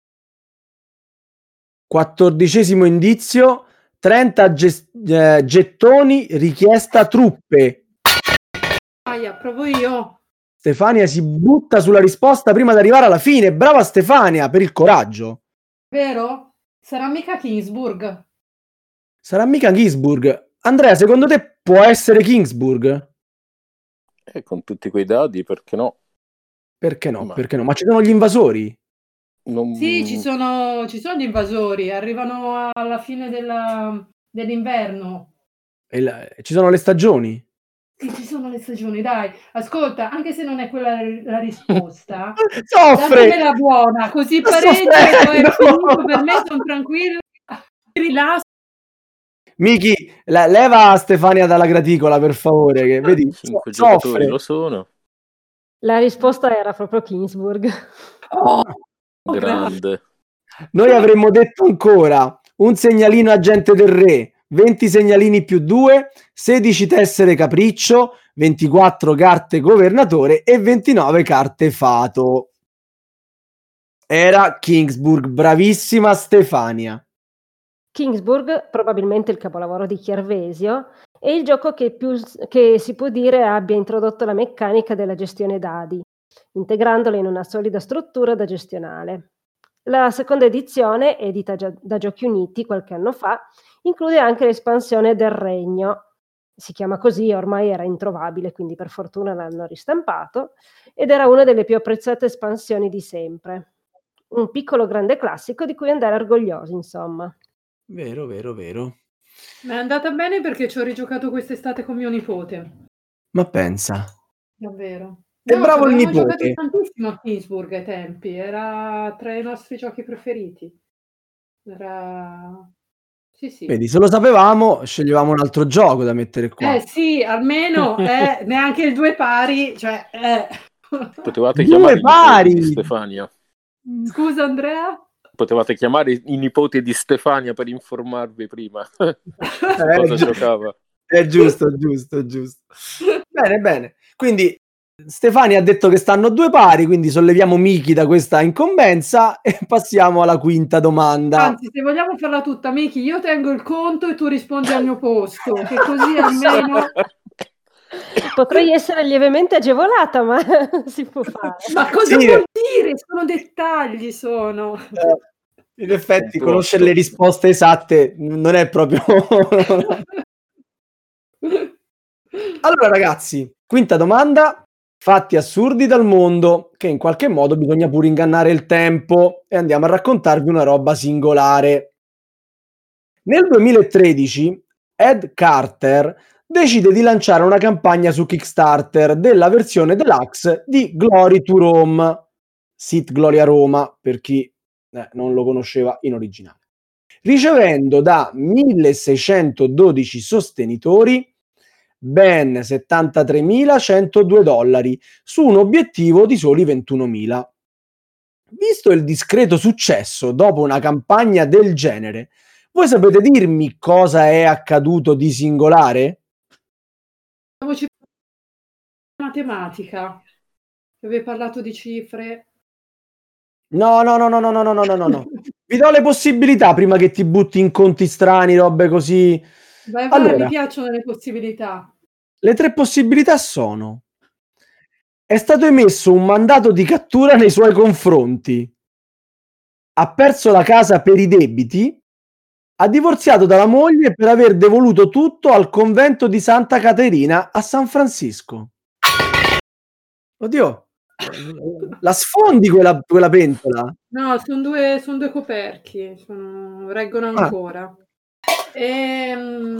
[SPEAKER 1] Quattordicesimo indizio, trenta ge- eh, gettoni richiesta truppe.
[SPEAKER 4] Aia, provo io.
[SPEAKER 1] Stefania si butta sulla risposta prima di arrivare alla fine. Brava Stefania per il coraggio.
[SPEAKER 4] Vero? Sarà mica Kingsburg.
[SPEAKER 1] Sarà mica Kingsburg. Andrea, secondo te può essere Kingsburg?
[SPEAKER 5] E con tutti quei dadi, perché no?
[SPEAKER 1] Perché no?
[SPEAKER 5] Ma...
[SPEAKER 1] Perché no? Ma ci sono gli invasori?
[SPEAKER 5] Non...
[SPEAKER 4] Sì, ci sono, ci sono gli invasori. Arrivano alla fine della, dell'inverno.
[SPEAKER 1] E la... ci sono le stagioni?
[SPEAKER 4] Sì, ci sono le stagioni, dai. Ascolta, anche se non è quella la risposta,
[SPEAKER 1] Soffre!
[SPEAKER 4] datemi buona, così
[SPEAKER 1] Sto
[SPEAKER 4] pareggio e poi è
[SPEAKER 1] soffrendo!
[SPEAKER 4] finito per me, sono tranquillo, rilasso.
[SPEAKER 1] Miki, la- leva Stefania dalla graticola, per favore, che vedi,
[SPEAKER 5] Cinque
[SPEAKER 1] so- soffre.
[SPEAKER 5] giocatori lo sono.
[SPEAKER 3] La risposta era proprio Kingsburg.
[SPEAKER 4] Oh,
[SPEAKER 5] Grande.
[SPEAKER 1] Noi avremmo detto ancora un segnalino agente del re, venti segnalini più due, sedici tessere capriccio, ventiquattro carte governatore e ventinove carte fato. Era Kingsburg, bravissima Stefania.
[SPEAKER 3] Kingsburg, probabilmente il capolavoro di Chiarvesio, è il gioco che, più, che si può dire abbia introdotto la meccanica della gestione dadi, integrandola in una solida struttura da gestionale. La seconda edizione, edita già da Giochi Uniti qualche anno fa, include anche l'espansione del Regno. Si chiama così, ormai era introvabile, quindi per fortuna l'hanno ristampato, ed era una delle più apprezzate espansioni di sempre. Un piccolo grande classico di cui andare orgogliosi, insomma.
[SPEAKER 1] Vero, vero, vero.
[SPEAKER 4] mi è andata bene perché ci ho rigiocato quest'estate con mio nipote.
[SPEAKER 1] Ma pensa.
[SPEAKER 4] Davvero.
[SPEAKER 1] È
[SPEAKER 4] No,
[SPEAKER 1] bravo il
[SPEAKER 4] ci avevamo
[SPEAKER 1] nipote.
[SPEAKER 4] giocato tantissimo a Kingsburg ai tempi, era tra i nostri giochi preferiti. Era... Sì, sì.
[SPEAKER 1] Vedi, se lo sapevamo, sceglievamo un altro gioco da mettere qua.
[SPEAKER 4] Eh sì, almeno eh, neanche il due pari, cioè... Eh.
[SPEAKER 5] Potevate
[SPEAKER 1] Due
[SPEAKER 5] chiamare
[SPEAKER 1] pari!
[SPEAKER 5] i nipoti di Stefania.
[SPEAKER 4] Scusa Andrea?
[SPEAKER 5] Potevate chiamare i nipoti di Stefania per informarvi prima
[SPEAKER 1] Eh,
[SPEAKER 5] cosa
[SPEAKER 1] gi-
[SPEAKER 5] giocava.
[SPEAKER 1] È giusto, è giusto, è giusto. Bene, bene. Quindi Stefania ha detto che stanno due pari, quindi solleviamo Miki da questa incombenza e passiamo alla quinta domanda.
[SPEAKER 4] Anzi, se vogliamo farla tutta, Miki, io tengo il conto e tu rispondi al mio posto, che così almeno...
[SPEAKER 3] Potrei essere lievemente agevolata, ma si può fare.
[SPEAKER 4] Ma cosa
[SPEAKER 1] Sì.
[SPEAKER 4] vuol dire? Sono dettagli, sono...
[SPEAKER 1] Eh, in effetti,
[SPEAKER 5] Pronto.
[SPEAKER 1] conoscere le risposte esatte non è proprio... Allora, ragazzi, quinta domanda. Fatti assurdi dal mondo, che in qualche modo bisogna pure ingannare il tempo, e andiamo a raccontarvi una roba singolare. Nel duemilatredici Ed Carter decide di lanciare una campagna su Kickstarter della versione deluxe di Glory to Rome, Sit Gloria Roma, per chi eh, non lo conosceva in originale, ricevendo da milleseicentododici sostenitori ben settantatremilacentodue dollari su un obiettivo di soli ventunomila. Visto il discreto successo dopo una campagna del genere, voi sapete dirmi cosa è accaduto di singolare?
[SPEAKER 4] Matematica. Avevi parlato di cifre.
[SPEAKER 1] No, no, no, no, no, no, no, no, no, no. Vi do le possibilità prima che ti butti in conti strani, robe così.
[SPEAKER 4] Vai, vai,
[SPEAKER 1] Allora,
[SPEAKER 4] mi piacciono le possibilità.
[SPEAKER 1] le tre possibilità sono: è stato emesso un mandato di cattura nei suoi confronti, ha perso la casa per i debiti, ha divorziato dalla moglie per aver devoluto tutto al convento di Santa Caterina a San Francisco. Oddio, la sfondi quella, quella pentola?
[SPEAKER 4] No, sono due, son due coperchi, sono, reggono
[SPEAKER 1] Ah.
[SPEAKER 4] ancora. Ehm,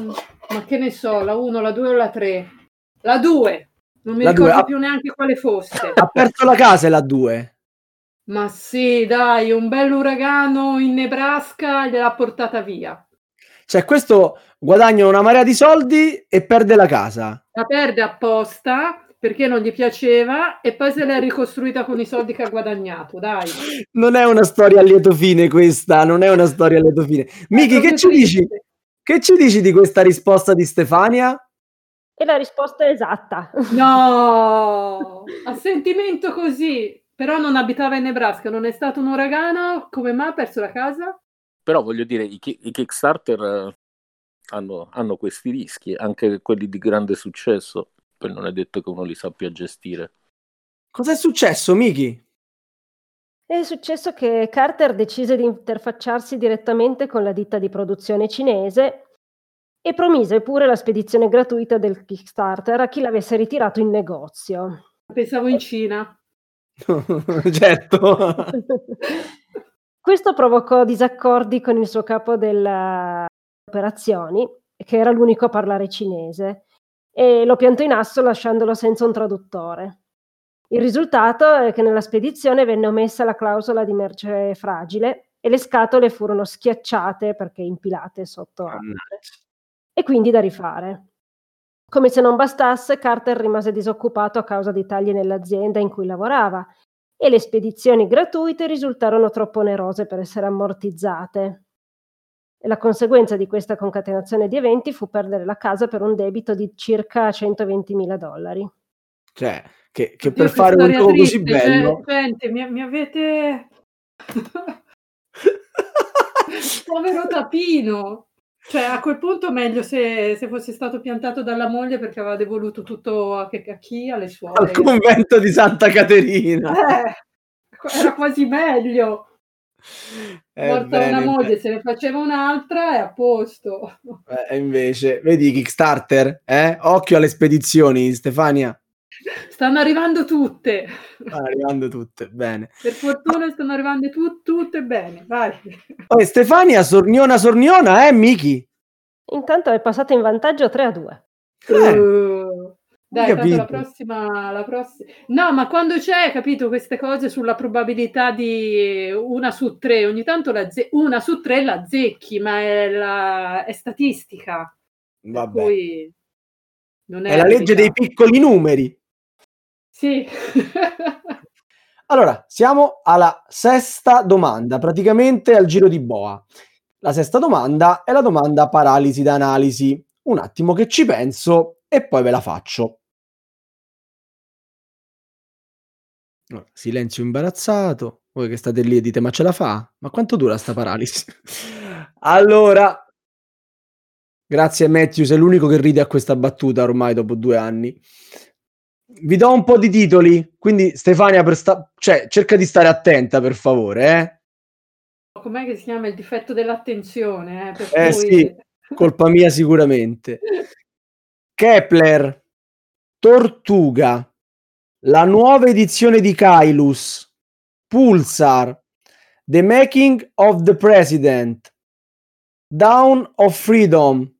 [SPEAKER 4] ma che ne so, la uno, la due o la tre? La due, non mi
[SPEAKER 1] La
[SPEAKER 4] ricordo
[SPEAKER 1] due, ha-
[SPEAKER 4] più neanche quale fosse.
[SPEAKER 1] Ha perso la casa e la due.
[SPEAKER 4] Ma sì, dai, un bel uragano in Nebraska gliel'ha portata via.
[SPEAKER 1] Cioè, questo guadagna una marea di soldi e perde la casa.
[SPEAKER 4] La perde apposta perché non gli piaceva e poi se l'è ricostruita con i soldi che ha guadagnato, dai.
[SPEAKER 1] Non è una storia a lieto fine questa, non è una storia a lieto fine. Miki, che ci dici? Che ci dici di questa risposta di Stefania?
[SPEAKER 3] E la risposta è esatta.
[SPEAKER 4] No, a sentimento così. Però non abitava in Nebraska, non è stato un uragano, come mai ha perso la casa?
[SPEAKER 5] Però voglio dire, i, ki- i Kickstarter eh, hanno, hanno questi rischi, anche quelli di grande successo, poi non è detto che uno li sappia gestire.
[SPEAKER 1] Cos'è successo, Miki?
[SPEAKER 3] È successo che Carter decise di interfacciarsi direttamente con la ditta di produzione cinese e promise pure la spedizione gratuita del Kickstarter a chi l'avesse ritirato in negozio.
[SPEAKER 4] Pensavo in Cina.
[SPEAKER 1] Certo.
[SPEAKER 3] Questo provocò disaccordi con il suo capo delle operazioni, che era l'unico a parlare cinese, e lo piantò in asso lasciandolo senza un traduttore. Il risultato è che nella spedizione venne omessa la clausola di merce fragile e le scatole furono schiacciate perché impilate sotto altre, e quindi da rifare. Come se non bastasse, Carter rimase disoccupato a causa di tagli nell'azienda in cui lavorava e le spedizioni gratuite risultarono troppo onerose per essere ammortizzate. E la conseguenza di questa concatenazione di eventi fu perdere la casa per un debito di circa centoventimila dollari.
[SPEAKER 1] Cioè, che, che
[SPEAKER 4] Oddio,
[SPEAKER 1] per fare un gioco così
[SPEAKER 4] triste,
[SPEAKER 1] bello...
[SPEAKER 4] Cioè, gente, mi, mi avete... Povero Tapino! Cioè, a quel punto meglio se, se fosse stato piantato dalla moglie perché aveva devoluto tutto a, a chi? Alle suore.
[SPEAKER 1] Al convento di Santa Caterina.
[SPEAKER 4] Eh, era quasi meglio.
[SPEAKER 1] È
[SPEAKER 4] Morta
[SPEAKER 1] bene,
[SPEAKER 4] una moglie,
[SPEAKER 1] bene.
[SPEAKER 4] se ne faceva un'altra e a posto.
[SPEAKER 1] Eh, invece, vedi Kickstarter? Eh? Occhio alle spedizioni, Stefania.
[SPEAKER 4] Stanno arrivando tutte.
[SPEAKER 1] Stanno arrivando tutte, bene.
[SPEAKER 4] Per fortuna stanno arrivando tu, tutte bene, vai.
[SPEAKER 1] Oh, Stefania, sorniona sorniona, eh, Miki?
[SPEAKER 3] Intanto è passato in vantaggio tre a due.
[SPEAKER 1] Eh,
[SPEAKER 4] Uh, dai, tanto
[SPEAKER 1] capito.
[SPEAKER 4] la prossima, la prossima... No, ma quando c'è, capito, queste cose sulla probabilità di una su tre, ogni tanto la ze- una su tre la azzecchi, ma è, la... è statistica.
[SPEAKER 1] Vabbè.
[SPEAKER 4] Per cui non è,
[SPEAKER 1] È la legge dei piccoli numeri.
[SPEAKER 4] Sì.
[SPEAKER 1] Allora, siamo alla sesta domanda, praticamente al giro di boa. La sesta domanda è la domanda paralisi da analisi. Un attimo che ci penso e poi ve la faccio. Silenzio imbarazzato. Voi che state lì e dite, ma ce la fa? Ma quanto dura sta paralisi? Allora, grazie Matthew, sei l'unico che ride a questa battuta ormai dopo due anni. Vi do un po' di titoli, quindi Stefania, per sta- cioè, cerca di stare attenta per favore, eh?
[SPEAKER 4] Com'è che si chiama il difetto dell'attenzione? Eh, per
[SPEAKER 1] Eh
[SPEAKER 4] cui...
[SPEAKER 1] sì, colpa mia sicuramente. Kepler, Tortuga, la nuova edizione di Kailus, Pulsar, The Making of the President, Dawn of Freedom,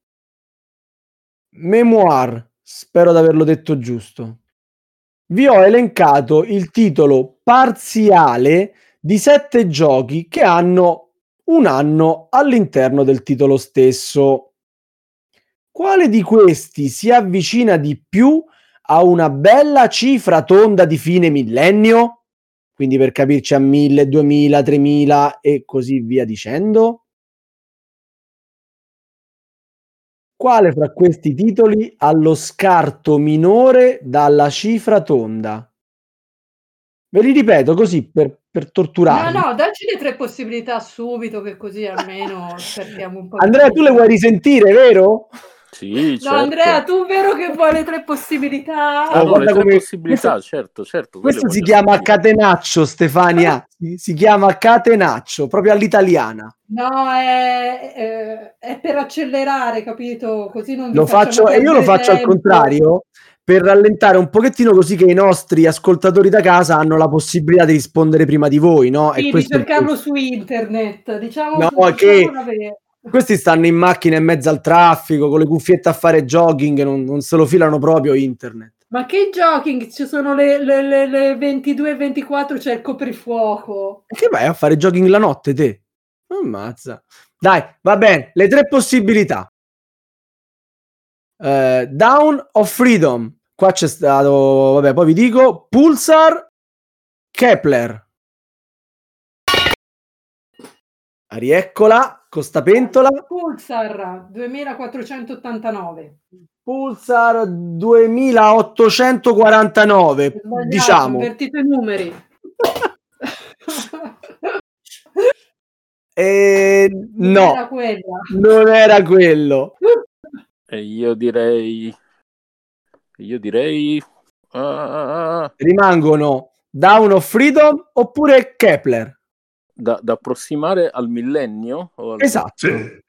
[SPEAKER 1] Memoir, spero di averlo detto giusto. Vi ho elencato il titolo parziale di sette giochi che hanno un anno all'interno del titolo stesso. Quale di questi si avvicina di più a una bella cifra tonda di fine millennio? Quindi per capirci a mille, duemila, tremila e così via dicendo. Quale fra questi titoli ha lo scarto minore dalla cifra tonda? Ve li ripeto così per, per torturarvi.
[SPEAKER 4] No, no, dacci le tre possibilità subito, che così almeno cerchiamo un po'.
[SPEAKER 1] Andrea,
[SPEAKER 4] di...
[SPEAKER 1] tu le vuoi risentire, vero?
[SPEAKER 5] Sì,
[SPEAKER 4] no,
[SPEAKER 5] certo.
[SPEAKER 4] Andrea, tu vero che vuoi le tre possibilità?
[SPEAKER 5] Ah, no,
[SPEAKER 1] guarda
[SPEAKER 5] le tre
[SPEAKER 1] come...
[SPEAKER 5] possibilità,
[SPEAKER 1] questo...
[SPEAKER 5] certo, certo.
[SPEAKER 1] Questo si chiama
[SPEAKER 5] sentire.
[SPEAKER 1] catenaccio, Stefania. si, si chiama catenaccio, proprio all'italiana.
[SPEAKER 4] No, è, è, è per accelerare, capito? Così non vi
[SPEAKER 1] lo faccio e io lo faccio
[SPEAKER 4] tempo.
[SPEAKER 1] al contrario, per rallentare un pochettino, così che i nostri ascoltatori da casa hanno la possibilità di rispondere prima di voi, no?
[SPEAKER 4] Sì,
[SPEAKER 1] e
[SPEAKER 4] di
[SPEAKER 1] questo
[SPEAKER 4] cercarlo su internet, diciamo.
[SPEAKER 1] no,
[SPEAKER 4] diciamo
[SPEAKER 1] che
[SPEAKER 4] vabbè.
[SPEAKER 1] Questi stanno in macchina in mezzo al traffico, con le cuffiette a fare jogging, non, non se lo filano proprio internet.
[SPEAKER 4] Ma che jogging? Ci sono le, le, le, le ventidue e ventiquattro, c'è il coprifuoco.
[SPEAKER 1] E che vai a fare jogging la notte, te? Ammazza. Dai, va bene, le tre possibilità. Uh, Dawn of Freedom. Qua c'è stato, vabbè, poi vi dico, Pulsar, Kepler. Rieccola, Costapentola.
[SPEAKER 4] Pulsar duemilaquattrocentottantanove.
[SPEAKER 1] Pulsar duemilaottocentoquarantanove. Diciamo.
[SPEAKER 4] Invertite i numeri.
[SPEAKER 1] E
[SPEAKER 4] non
[SPEAKER 1] no,
[SPEAKER 4] era quella.
[SPEAKER 1] Non era quello.
[SPEAKER 5] E io direi, io direi, uh,
[SPEAKER 1] rimangono Dawn of Freedom oppure Kepler.
[SPEAKER 5] Da, da approssimare al millennio? O al...
[SPEAKER 1] Esatto.
[SPEAKER 2] Sì.
[SPEAKER 5] Eh,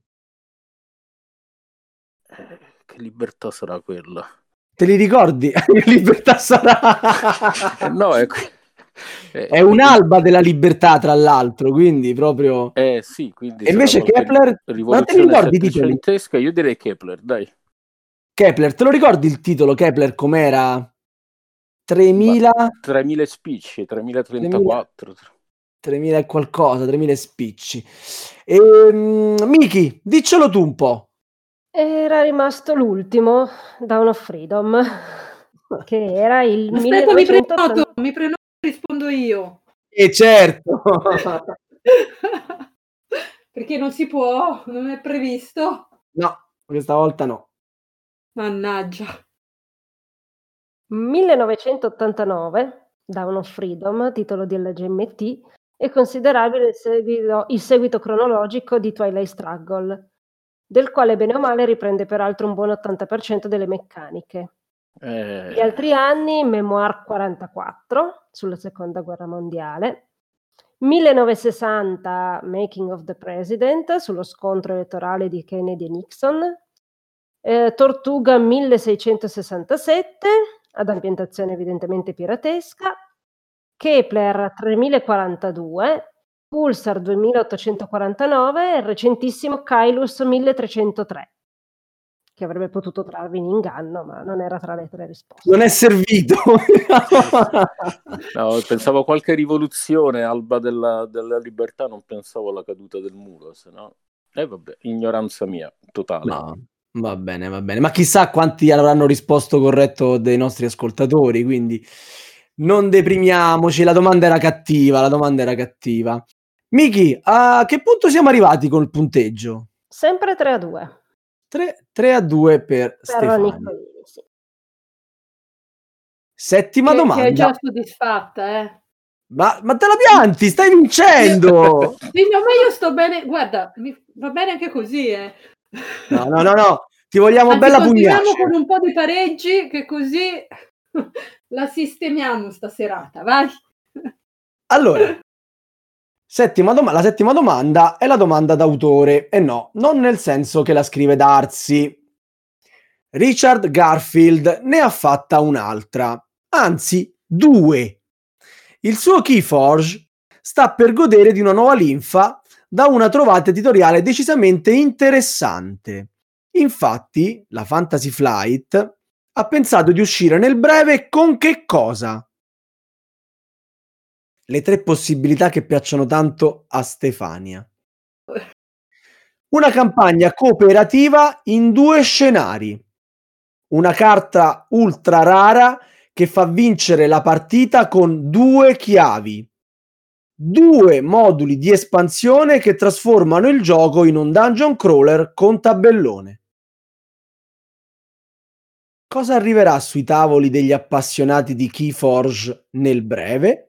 [SPEAKER 5] che libertà sarà quella?
[SPEAKER 1] Te li ricordi? Che libertà sarà?
[SPEAKER 5] eh, no, è,
[SPEAKER 1] è, è un'alba della libertà, tra l'altro, quindi proprio...
[SPEAKER 5] Eh sì, quindi...
[SPEAKER 1] E invece Kepler... Ma te li ricordi i titoli?
[SPEAKER 5] Io direi Kepler, dai.
[SPEAKER 1] Kepler, te lo ricordi il titolo Kepler com'era? tremila...
[SPEAKER 5] tremila spicci, tremilatrentaquattro.
[SPEAKER 1] tremila e qualcosa, tremila spicci. E, um, Miki, diccelo tu un po'.
[SPEAKER 3] Era rimasto l'ultimo, Dawn of Freedom, che era il
[SPEAKER 4] Aspetta,
[SPEAKER 3] millenovecentottantanove.
[SPEAKER 4] mi prenoto, mi prenoto, rispondo io.
[SPEAKER 1] E certo!
[SPEAKER 4] Perché non si può, non è previsto.
[SPEAKER 1] No, questa volta no.
[SPEAKER 4] Mannaggia.
[SPEAKER 3] millenovecentottantanove, Dawn of Freedom, titolo di L G M T, è considerabile il seguito, il seguito cronologico di Twilight Struggle, del quale bene o male riprende peraltro un buon ottanta per cento delle meccaniche.
[SPEAKER 5] Eh...
[SPEAKER 3] Gli altri anni, Memoir quarantaquattro, sulla seconda guerra mondiale, millenovecentosessanta, Making of the President, sullo scontro elettorale di Kennedy e Nixon, eh, Tortuga milleseicentosessantasette, ad ambientazione evidentemente piratesca, Kepler tremilaquarantadue, Pulsar duemilaottocentoquarantanove e il recentissimo Kylus milletrecentotre, che avrebbe potuto trarvi in inganno, ma non era tra le tre risposte.
[SPEAKER 1] Non è servito.
[SPEAKER 5] No, pensavo a qualche rivoluzione, alba della, della libertà, non pensavo alla caduta del muro, se no... Eh vabbè, ignoranza mia, totale.
[SPEAKER 1] No, va bene, va bene. Ma chissà quanti avranno risposto corretto dei nostri ascoltatori, quindi non deprimiamoci, la domanda era cattiva, la domanda era cattiva. Miki, a che punto siamo arrivati col punteggio?
[SPEAKER 3] Sempre tre a due.
[SPEAKER 1] tre a due per, per Stefania. Nicolini, sì. Settima
[SPEAKER 4] che,
[SPEAKER 1] domanda.
[SPEAKER 4] Che è già soddisfatta, eh?
[SPEAKER 1] Ma, ma te la pianti, stai vincendo!
[SPEAKER 4] Sì, no, ma io sto bene, guarda, mi va bene anche così, eh.
[SPEAKER 1] No, no, no, no, ti vogliamo
[SPEAKER 4] Anzi,
[SPEAKER 1] bella
[SPEAKER 4] continuiamo
[SPEAKER 1] pugnace.
[SPEAKER 4] con un po' di pareggi, che così la sistemiamo sta serata, vai.
[SPEAKER 1] Allora, settima dom- la settima domanda è la domanda d'autore, e no, non nel senso che la scrive Darcy. Richard Garfield ne ha fatta un'altra, anzi due. Il suo Keyforge sta per godere di una nuova linfa da una trovata editoriale decisamente interessante. Infatti, la Fantasy Flight ha pensato di uscire nel breve con che cosa? Le tre possibilità che piacciono tanto a Stefania. Una campagna cooperativa in due scenari. Una carta ultra rara che fa vincere la partita con due chiavi. Due moduli di espansione che trasformano il gioco in un dungeon crawler con tabellone. Cosa arriverà sui tavoli degli appassionati di Keyforge nel breve?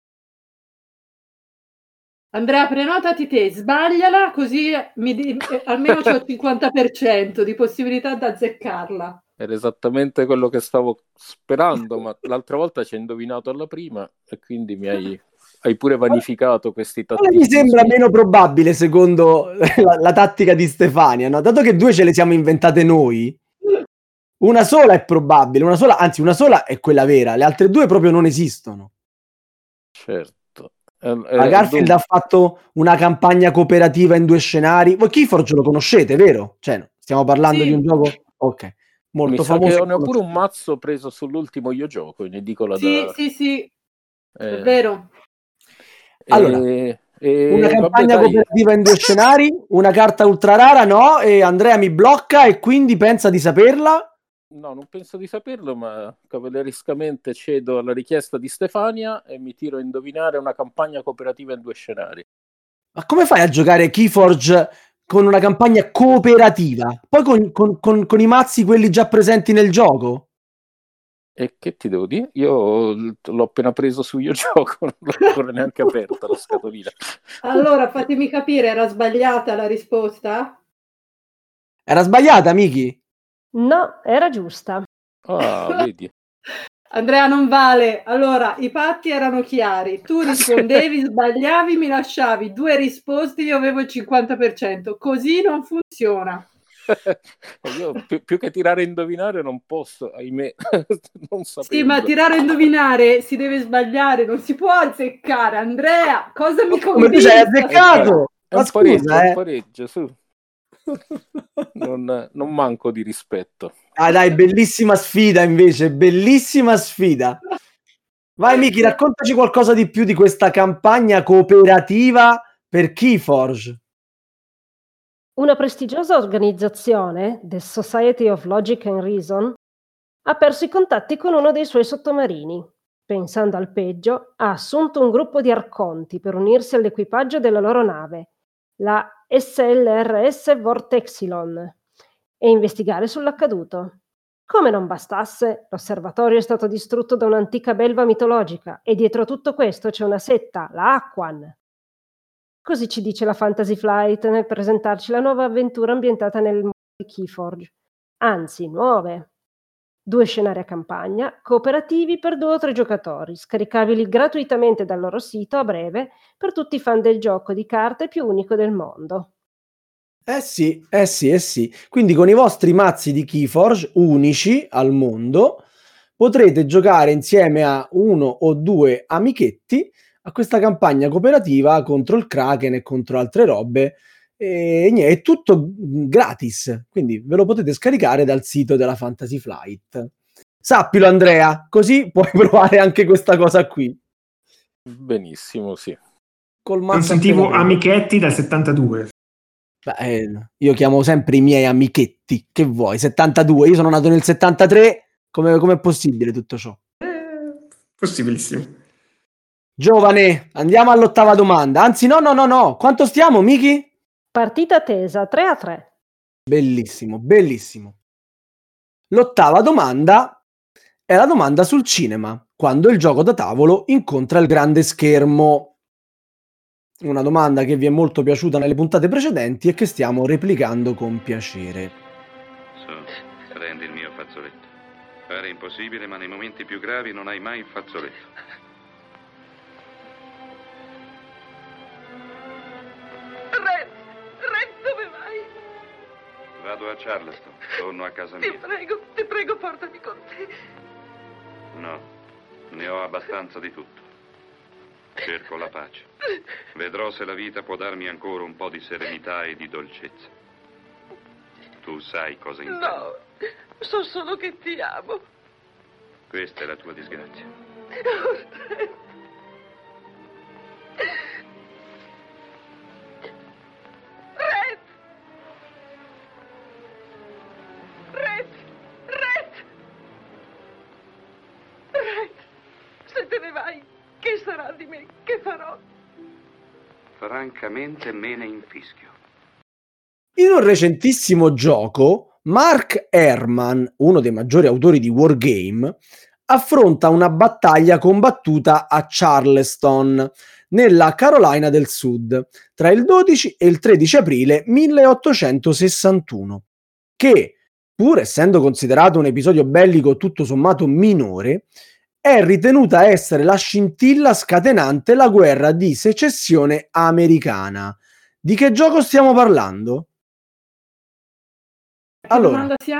[SPEAKER 4] Andrea, prenotati te, sbagliala così mi di- almeno c'ho il cinquanta per cento di possibilità di azzeccarla.
[SPEAKER 5] Era esattamente quello che stavo sperando, ma l'altra volta ci hai indovinato alla prima e quindi mi hai, hai pure vanificato questi tattici.
[SPEAKER 1] Mi sembra meno probabile secondo la, la tattica di Stefania, no? Dato che due ce le siamo inventate noi, una sola è probabile, una sola, anzi una sola è quella vera, le altre due proprio non esistono.
[SPEAKER 5] Certo. Eh,
[SPEAKER 1] Ma
[SPEAKER 5] eh,
[SPEAKER 1] Garfield
[SPEAKER 5] dunque,
[SPEAKER 1] ha fatto una campagna cooperativa in due scenari. Voi Keyforge lo conoscete, vero? Cioè, stiamo parlando di un
[SPEAKER 4] Sì,
[SPEAKER 1] gioco, ok,
[SPEAKER 5] mi
[SPEAKER 1] molto
[SPEAKER 5] sa che
[SPEAKER 1] famoso e
[SPEAKER 5] ne ho pure un
[SPEAKER 1] conosciuto.
[SPEAKER 5] mazzo preso sull'ultimo io gioco in edicola
[SPEAKER 4] sì,
[SPEAKER 5] da...
[SPEAKER 4] sì, sì, è
[SPEAKER 5] eh,
[SPEAKER 4] vero.
[SPEAKER 1] Allora,
[SPEAKER 5] e,
[SPEAKER 1] una
[SPEAKER 5] e vabbè,
[SPEAKER 1] campagna
[SPEAKER 5] dai,
[SPEAKER 1] cooperativa in due scenari, una carta ultra rara, no? E Andrea mi blocca e quindi pensa di saperla.
[SPEAKER 5] no, non penso di saperlo, ma cavallerescamente cedo alla richiesta di Stefania e mi tiro a indovinare una campagna cooperativa in due scenari.
[SPEAKER 1] Ma come fai a giocare Keyforge con una campagna cooperativa? Poi con, con- con- con i mazzi quelli già presenti nel gioco?
[SPEAKER 5] E che ti devo dire? Io l'ho appena preso su io gioco, non l'ho ancora neanche aperta la scatolina.
[SPEAKER 4] Allora, fatemi capire, era sbagliata la risposta?
[SPEAKER 1] Era sbagliata, Miki?
[SPEAKER 3] No, era giusta.
[SPEAKER 5] Ah, vedi.
[SPEAKER 4] Andrea, non vale. Allora, i patti erano chiari. Tu rispondevi, sbagliavi, mi lasciavi due risposte, io avevo il cinquanta per cento. Così non funziona.
[SPEAKER 5] Io più, più che tirare a indovinare non posso, ahimè, non
[SPEAKER 4] Sì, ma
[SPEAKER 5] sapendo.
[SPEAKER 4] tirare a indovinare si deve sbagliare, non si può azzeccare. Andrea, cosa mi
[SPEAKER 1] Come tu ci hai
[SPEAKER 4] convinci?
[SPEAKER 5] Eh, dai,
[SPEAKER 1] azzeccato?
[SPEAKER 5] è
[SPEAKER 1] Ma
[SPEAKER 5] un pareggio, è
[SPEAKER 1] scusa,
[SPEAKER 5] un
[SPEAKER 1] eh.
[SPEAKER 5] pareggio, su. Non, non manco di rispetto.
[SPEAKER 1] Ah, dai, bellissima sfida invece, bellissima sfida. Vai Miki, raccontaci qualcosa di più di questa campagna cooperativa per Keyforge.
[SPEAKER 3] Una prestigiosa organizzazione, The Society of Logic and Reason, ha perso i contatti con uno dei suoi sottomarini. Pensando al peggio, ha assunto un gruppo di arconti per unirsi all'equipaggio della loro nave, la S L R S Vortexilon, e investigare sull'accaduto. Come non bastasse, l'osservatorio è stato distrutto da un'antica belva mitologica e dietro a tutto questo c'è una setta, la Aquan. Così ci dice la Fantasy Flight nel presentarci la nuova avventura ambientata nel mondo di Keyforge. Anzi, nuove. Due scenari a campagna, cooperativi per due o tre giocatori, scaricabili gratuitamente dal loro sito a breve per tutti i fan del gioco di carte più unico del mondo.
[SPEAKER 1] Eh sì, eh sì, eh sì. Quindi con i vostri mazzi di Keyforge, unici al mondo, potrete giocare insieme a uno o due amichetti a questa campagna cooperativa contro il Kraken e contro altre robe. E niente, è tutto gratis, quindi ve lo potete scaricare dal sito della Fantasy Flight. Sappilo Andrea, così puoi provare anche questa cosa qui.
[SPEAKER 5] Benissimo, sì.
[SPEAKER 1] Col
[SPEAKER 2] Non
[SPEAKER 1] mazzo
[SPEAKER 2] sentivo
[SPEAKER 1] appena preso.
[SPEAKER 2] amichetti dal settantadue.
[SPEAKER 1] Beh, eh, io chiamo sempre i miei amichetti, che vuoi? settantadue, io sono nato nel settantatré, come è possibile tutto ciò?
[SPEAKER 2] Eh, possibilissimo.
[SPEAKER 1] Giovane, andiamo all'ottava domanda. Anzi, no, no, no, no. Quanto stiamo, Miki?
[SPEAKER 3] Partita tesa, tre a tre.
[SPEAKER 1] Bellissimo, bellissimo. L'ottava domanda è la domanda sul cinema, quando il gioco da tavolo incontra il grande schermo. Una domanda che vi è molto piaciuta nelle puntate precedenti e che stiamo replicando con piacere.
[SPEAKER 6] Su, prendi il mio fazzoletto. Pare impossibile, ma nei momenti più gravi non hai mai il fazzoletto.
[SPEAKER 7] Red, Red, dove vai?
[SPEAKER 6] Vado a Charleston, torno a casa
[SPEAKER 7] Ti
[SPEAKER 6] mia.
[SPEAKER 7] prego, ti prego, portami con te.
[SPEAKER 6] No, ne ho abbastanza di tutto. Cerco la pace. Vedrò se la vita può darmi ancora un po' di serenità e di dolcezza. Tu sai cosa intendo.
[SPEAKER 7] No, so solo che ti amo.
[SPEAKER 6] Questa è la tua disgrazia.
[SPEAKER 7] Red! Red! Red! Red! Se te ne vai, che sarà di me? Che farò?
[SPEAKER 6] Francamente me ne infischio.
[SPEAKER 1] In un recentissimo gioco, Mark Herman, uno dei maggiori autori di Wargame, affronta una battaglia combattuta a Charleston, nella Carolina del Sud, tra il dodici e il tredici aprile milleottocentosessantuno, che, pur essendo considerato un episodio bellico tutto sommato minore, è ritenuta essere la scintilla scatenante la guerra di secessione americana. Di che gioco stiamo parlando?
[SPEAKER 4] Che
[SPEAKER 1] Allora,
[SPEAKER 4] domanda siamo?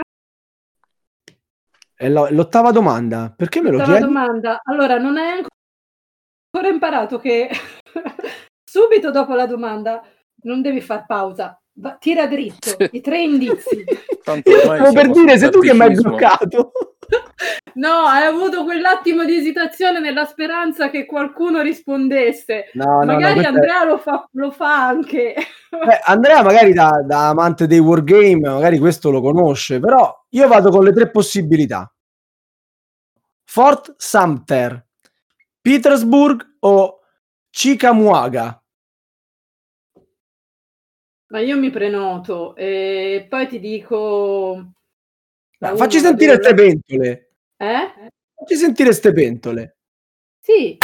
[SPEAKER 1] è lo- l'ottava domanda. Perché me lo
[SPEAKER 4] L'ottava
[SPEAKER 1] chiedi?
[SPEAKER 4] domanda. Allora, non hai ancora imparato che subito dopo la domanda non devi far pausa, va, tira dritto,
[SPEAKER 5] Sì.
[SPEAKER 4] i tre indizi.
[SPEAKER 5] Tanto ormai
[SPEAKER 1] Stavo per
[SPEAKER 5] siamo
[SPEAKER 1] dire,
[SPEAKER 5] sul
[SPEAKER 1] sei tu che mi hai
[SPEAKER 5] tatticismo.
[SPEAKER 1] bloccato.
[SPEAKER 4] No, hai avuto quell'attimo di esitazione nella speranza che qualcuno rispondesse.
[SPEAKER 1] No, no, no,
[SPEAKER 4] Magari
[SPEAKER 1] questa è-
[SPEAKER 4] Andrea lo fa, lo fa anche.
[SPEAKER 1] Beh, Andrea magari da, da amante dei wargame, magari questo lo conosce, però io vado con le tre possibilità. Fort Sumter, Petersburg o Chickamauga?
[SPEAKER 4] Ma io mi prenoto e poi ti dico... la
[SPEAKER 1] Dai, facci
[SPEAKER 4] uno, la
[SPEAKER 1] sentire
[SPEAKER 4] due,
[SPEAKER 1] ste
[SPEAKER 4] la-
[SPEAKER 1] pentole.
[SPEAKER 4] Eh?
[SPEAKER 1] Facci sentire ste pentole.
[SPEAKER 4] Sì.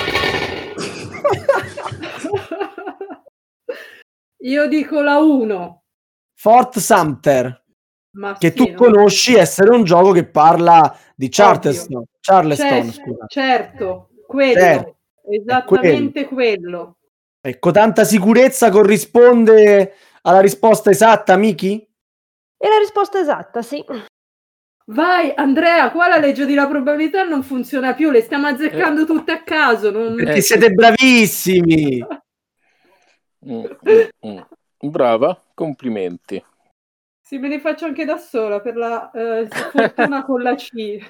[SPEAKER 4] Io dico la uno.
[SPEAKER 1] Fort Sumter,
[SPEAKER 4] Ma
[SPEAKER 1] che
[SPEAKER 4] sì,
[SPEAKER 1] tu
[SPEAKER 4] non-
[SPEAKER 1] conosci essere un gioco che parla di Charleston, Charleston,
[SPEAKER 4] Cioè,
[SPEAKER 1] scusa.
[SPEAKER 4] certo, quello,
[SPEAKER 1] Certo,
[SPEAKER 4] esattamente quello.
[SPEAKER 1] Ecco, tanta sicurezza corrisponde alla risposta esatta, Miki?
[SPEAKER 3] E la risposta esatta, sì.
[SPEAKER 4] Vai Andrea, qua la legge della probabilità non funziona più, le stiamo azzeccando tutte a caso. Non...
[SPEAKER 1] Perché
[SPEAKER 5] Eh,
[SPEAKER 1] siete bravissimi.
[SPEAKER 5] Mm, mm, mm. Brava, complimenti.
[SPEAKER 4] Sì, me ne faccio anche da sola per la eh, fortuna con la C.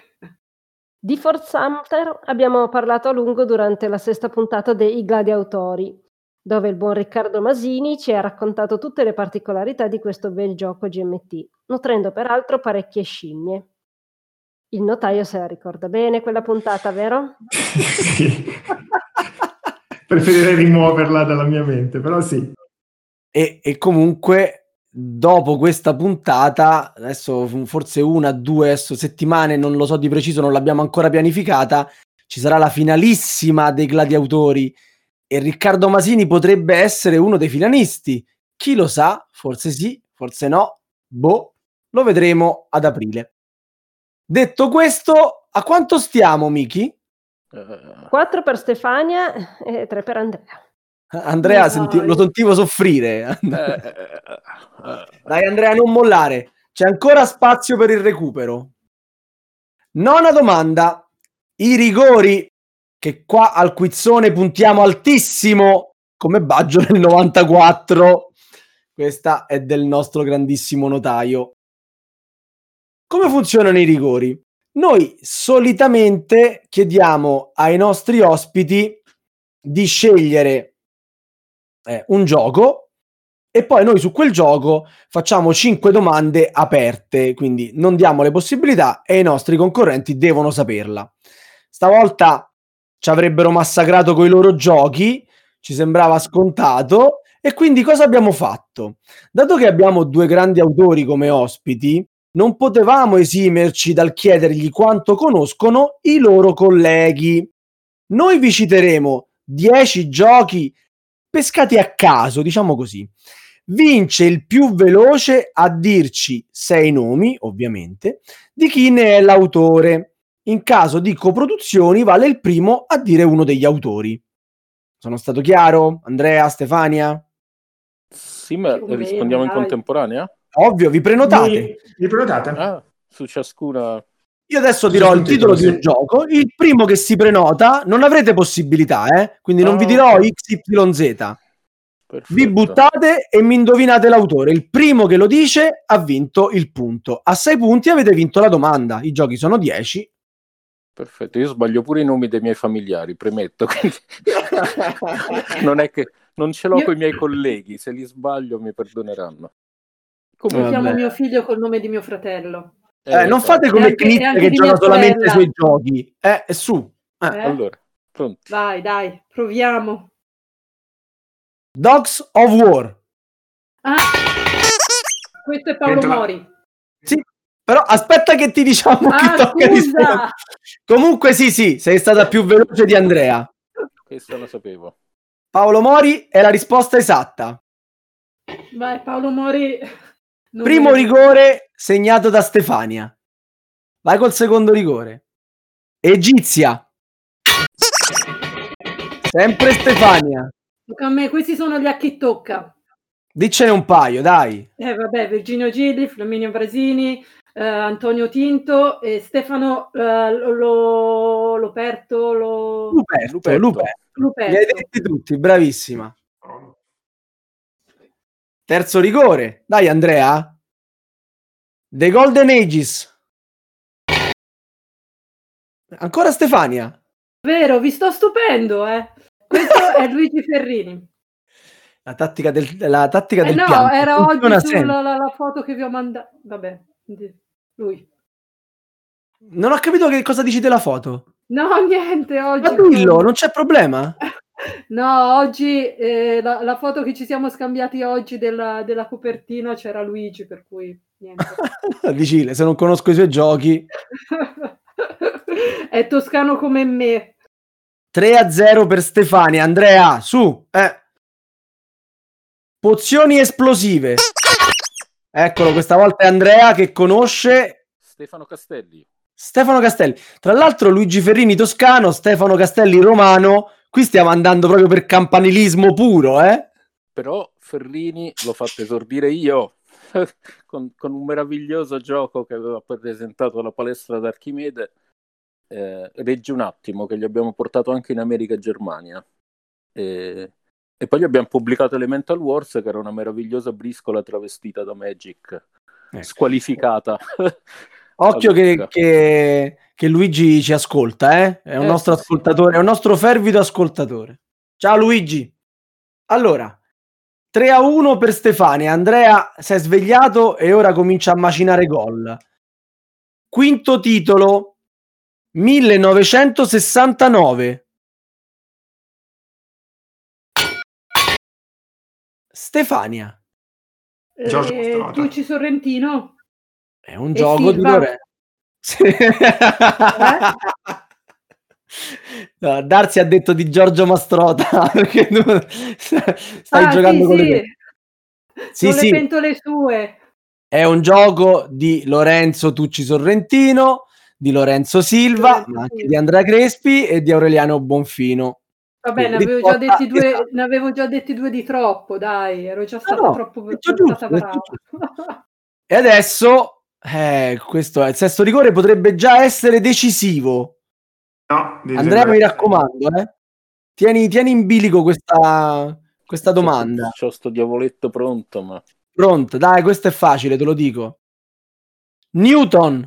[SPEAKER 3] Di Fort Sumter abbiamo parlato a lungo durante la sesta puntata dei Gladiatori, dove il buon Riccardo Masini ci ha raccontato tutte le particolarità di questo bel gioco G M T, nutrendo peraltro parecchie scimmie. Il notaio se la ricorda bene quella puntata, vero?
[SPEAKER 2] Sì. Preferirei rimuoverla dalla mia mente, però sì.
[SPEAKER 1] E, e comunque, dopo questa puntata, adesso forse una, due adesso, settimane, non lo so di preciso, non l'abbiamo ancora pianificata, ci sarà la finalissima dei Gladiatori e Riccardo Masini potrebbe essere uno dei finalisti. Chi lo sa? Forse sì, forse no. Boh, lo vedremo ad aprile. Detto questo, a quanto stiamo, Miki?
[SPEAKER 5] Eh,
[SPEAKER 3] quattro per Stefania e tre per Andrea.
[SPEAKER 1] Andrea,
[SPEAKER 4] Ma
[SPEAKER 1] senti-
[SPEAKER 4] dai.
[SPEAKER 1] lo sentivo soffrire.
[SPEAKER 5] eh, eh, eh,
[SPEAKER 1] Dai Andrea, non mollare. C'è ancora spazio per il recupero. Nona domanda. I rigori, che qua al quizzone puntiamo altissimo come Baggio nel novantaquattro. Questa è del nostro grandissimo notaio. Come funzionano i rigori? Noi solitamente chiediamo ai nostri ospiti di scegliere eh, un gioco e poi noi su quel gioco facciamo cinque domande aperte, quindi non diamo le possibilità e i nostri concorrenti devono saperla. Stavolta ci avrebbero massacrato coi loro giochi, ci sembrava scontato, e quindi cosa abbiamo fatto? Dato che abbiamo due grandi autori come ospiti, non potevamo esimerci dal chiedergli quanto conoscono i loro colleghi. Noi vi citeremo dieci giochi pescati a caso, diciamo così. Vince il più veloce a dirci sei nomi, ovviamente, di chi ne è l'autore. In caso di coproduzioni vale il primo a dire uno degli autori. Sono stato chiaro? Andrea, Stefania?
[SPEAKER 5] sì, ma
[SPEAKER 4] Più o meno,
[SPEAKER 5] rispondiamo in
[SPEAKER 4] dai.
[SPEAKER 5] contemporanea?
[SPEAKER 1] Ovvio, vi prenotate.
[SPEAKER 2] Mi, mi prenotate?
[SPEAKER 5] Ah, su ciascuna.
[SPEAKER 1] Io adesso
[SPEAKER 2] Su
[SPEAKER 1] dirò il
[SPEAKER 2] tutti,
[SPEAKER 1] titolo
[SPEAKER 2] sì.
[SPEAKER 1] di un gioco. Il primo che si prenota non avrete possibilità, eh? Quindi non
[SPEAKER 5] Ah,
[SPEAKER 1] vi dirò
[SPEAKER 5] ok.
[SPEAKER 1] X Y Z.
[SPEAKER 5] Perfetto.
[SPEAKER 1] Vi buttate e mi indovinate l'autore. Il primo che lo dice ha vinto il punto. A sei punti avete vinto la domanda. I giochi sono dieci.
[SPEAKER 5] Perfetto, io sbaglio pure i nomi dei miei familiari, premetto. Quindi non è che non ce l'ho
[SPEAKER 4] Io-
[SPEAKER 5] con i miei colleghi, se li sbaglio mi perdoneranno.
[SPEAKER 4] Io
[SPEAKER 5] Comunque,
[SPEAKER 4] chiamo
[SPEAKER 1] Vabbè.
[SPEAKER 4] mio figlio col nome di mio fratello.
[SPEAKER 1] Eh, non fate
[SPEAKER 4] E
[SPEAKER 1] come
[SPEAKER 4] anche-
[SPEAKER 1] Knizia
[SPEAKER 4] e anche
[SPEAKER 1] che
[SPEAKER 4] di
[SPEAKER 1] gioca
[SPEAKER 4] mia
[SPEAKER 1] solamente ai
[SPEAKER 4] sorella.
[SPEAKER 1] suoi giochi. Eh, è su. Eh.
[SPEAKER 4] Eh?
[SPEAKER 5] allora, pronti?
[SPEAKER 4] Vai, dai, proviamo.
[SPEAKER 1] Dogs of War.
[SPEAKER 4] Ah, questo è Paolo
[SPEAKER 2] Pentola.
[SPEAKER 4] Mori.
[SPEAKER 1] Sì, però aspetta che ti diciamo chi
[SPEAKER 4] Ah,
[SPEAKER 1] tocca
[SPEAKER 4] scusa!
[SPEAKER 1] rispondere. Comunque sì, sì, sei stata più veloce di Andrea.
[SPEAKER 5] Questa la sapevo.
[SPEAKER 1] Paolo Mori è la risposta esatta.
[SPEAKER 4] Vai, Paolo Mori. Non
[SPEAKER 1] Primo
[SPEAKER 4] me ne-
[SPEAKER 1] rigore segnato da Stefania. Vai col secondo rigore. Egizia. Sempre Stefania.
[SPEAKER 4] Tocca a me, questi sono gli a chi tocca.
[SPEAKER 1] Diccene un paio, dai.
[SPEAKER 4] Eh, vabbè, Virginio Gilli, Flaminio Brasini, eh, Antonio Tinto e Stefano eh, lo, Loperto, lo...
[SPEAKER 1] Luperto,
[SPEAKER 5] Luperto.
[SPEAKER 1] Luperto. Li hai
[SPEAKER 4] Luperto.
[SPEAKER 1] detti tutti, bravissima. Terzo rigore. Dai Andrea. The Golden Ages. Ancora Stefania.
[SPEAKER 4] Vero, vi sto stupendo, eh. Questo è Luigi Ferrini.
[SPEAKER 1] La tattica del, la tattica
[SPEAKER 4] Eh
[SPEAKER 1] del
[SPEAKER 4] no,
[SPEAKER 1] pianto.
[SPEAKER 4] era
[SPEAKER 1] Funziona
[SPEAKER 4] oggi
[SPEAKER 1] sempre.
[SPEAKER 4] sulla la, la foto che vi ho mandato. Vabbè, lui.
[SPEAKER 1] Non ho capito che cosa dici della foto.
[SPEAKER 4] No, niente, oggi.
[SPEAKER 1] Ma dillo, non c'è problema?
[SPEAKER 4] No, oggi eh, la, la foto che ci siamo scambiati oggi della, della copertina c'era Luigi, per cui niente.
[SPEAKER 1] Dici, se non conosco i suoi giochi.
[SPEAKER 4] È toscano come me.
[SPEAKER 1] tre a zero per Stefania. Andrea, su. Eh. Pozioni esplosive. Eccolo, questa volta è Andrea che conosce
[SPEAKER 5] Stefano Castelli.
[SPEAKER 1] Stefano Castelli. Tra l'altro Luigi Ferrini toscano, Stefano Castelli romano. Qui stiamo andando proprio per campanilismo puro, eh?
[SPEAKER 5] Però Ferrini l'ho fatto esordire io con, con un meraviglioso gioco che aveva presentato alla palestra d'Archimede, eh, Reggi un attimo, che gli abbiamo portato anche in America e Germania. E, e poi gli abbiamo pubblicato Elemental Wars, che era una meravigliosa briscola travestita da Magic,
[SPEAKER 1] Ecco.
[SPEAKER 5] Squalificata.
[SPEAKER 1] Occhio che, che, che Luigi ci ascolta, eh? È un
[SPEAKER 5] Eh,
[SPEAKER 1] nostro
[SPEAKER 5] sì,
[SPEAKER 1] ascoltatore, è un nostro fervido ascoltatore. Ciao Luigi. Allora, tre a uno per Stefania. Andrea si è svegliato e ora comincia a macinare gol. Quinto titolo, millenovecentosessantanove. Stefania.
[SPEAKER 2] Giorgio
[SPEAKER 4] Eh,
[SPEAKER 2] Mastrota.
[SPEAKER 4] Tucci Sorrentino.
[SPEAKER 1] È un
[SPEAKER 4] E
[SPEAKER 1] gioco di
[SPEAKER 4] Silva.
[SPEAKER 1] Lorenzo. Sì. No, Darsi ha detto di Giorgio Mastrota perché tu stai
[SPEAKER 4] Ah,
[SPEAKER 1] giocando
[SPEAKER 4] sì,
[SPEAKER 1] con
[SPEAKER 4] sì.
[SPEAKER 1] le... Sì,
[SPEAKER 4] Con le
[SPEAKER 1] sì,
[SPEAKER 4] pentole sue.
[SPEAKER 1] è un gioco di Lorenzo Tucci Sorrentino, di Lorenzo Silva,
[SPEAKER 4] Lorenzo
[SPEAKER 1] ma anche
[SPEAKER 4] Silva.
[SPEAKER 1] di Andrea Crespi e di Aureliano Bonfino.
[SPEAKER 4] Vabbè, ne
[SPEAKER 1] Quindi,
[SPEAKER 4] avevo, già
[SPEAKER 1] risposta
[SPEAKER 4] detti due,
[SPEAKER 1] esatta.
[SPEAKER 4] ne avevo già detti due di troppo, dai, ero già
[SPEAKER 1] No,
[SPEAKER 4] stata
[SPEAKER 1] no,
[SPEAKER 4] troppo
[SPEAKER 1] detto
[SPEAKER 4] stata
[SPEAKER 1] giusto, detto
[SPEAKER 4] brava.
[SPEAKER 1] giusto. E adesso, eh, questo è il sesto rigore, potrebbe già essere decisivo.
[SPEAKER 2] No, devi
[SPEAKER 1] Andrea, mi
[SPEAKER 2] sembrare-
[SPEAKER 1] raccomando, eh. Tieni, tieni in bilico questa, questa domanda.
[SPEAKER 5] C'ho sto diavoletto pronto, ma
[SPEAKER 1] Pronto? Dai, questo è facile, te lo dico. Newton.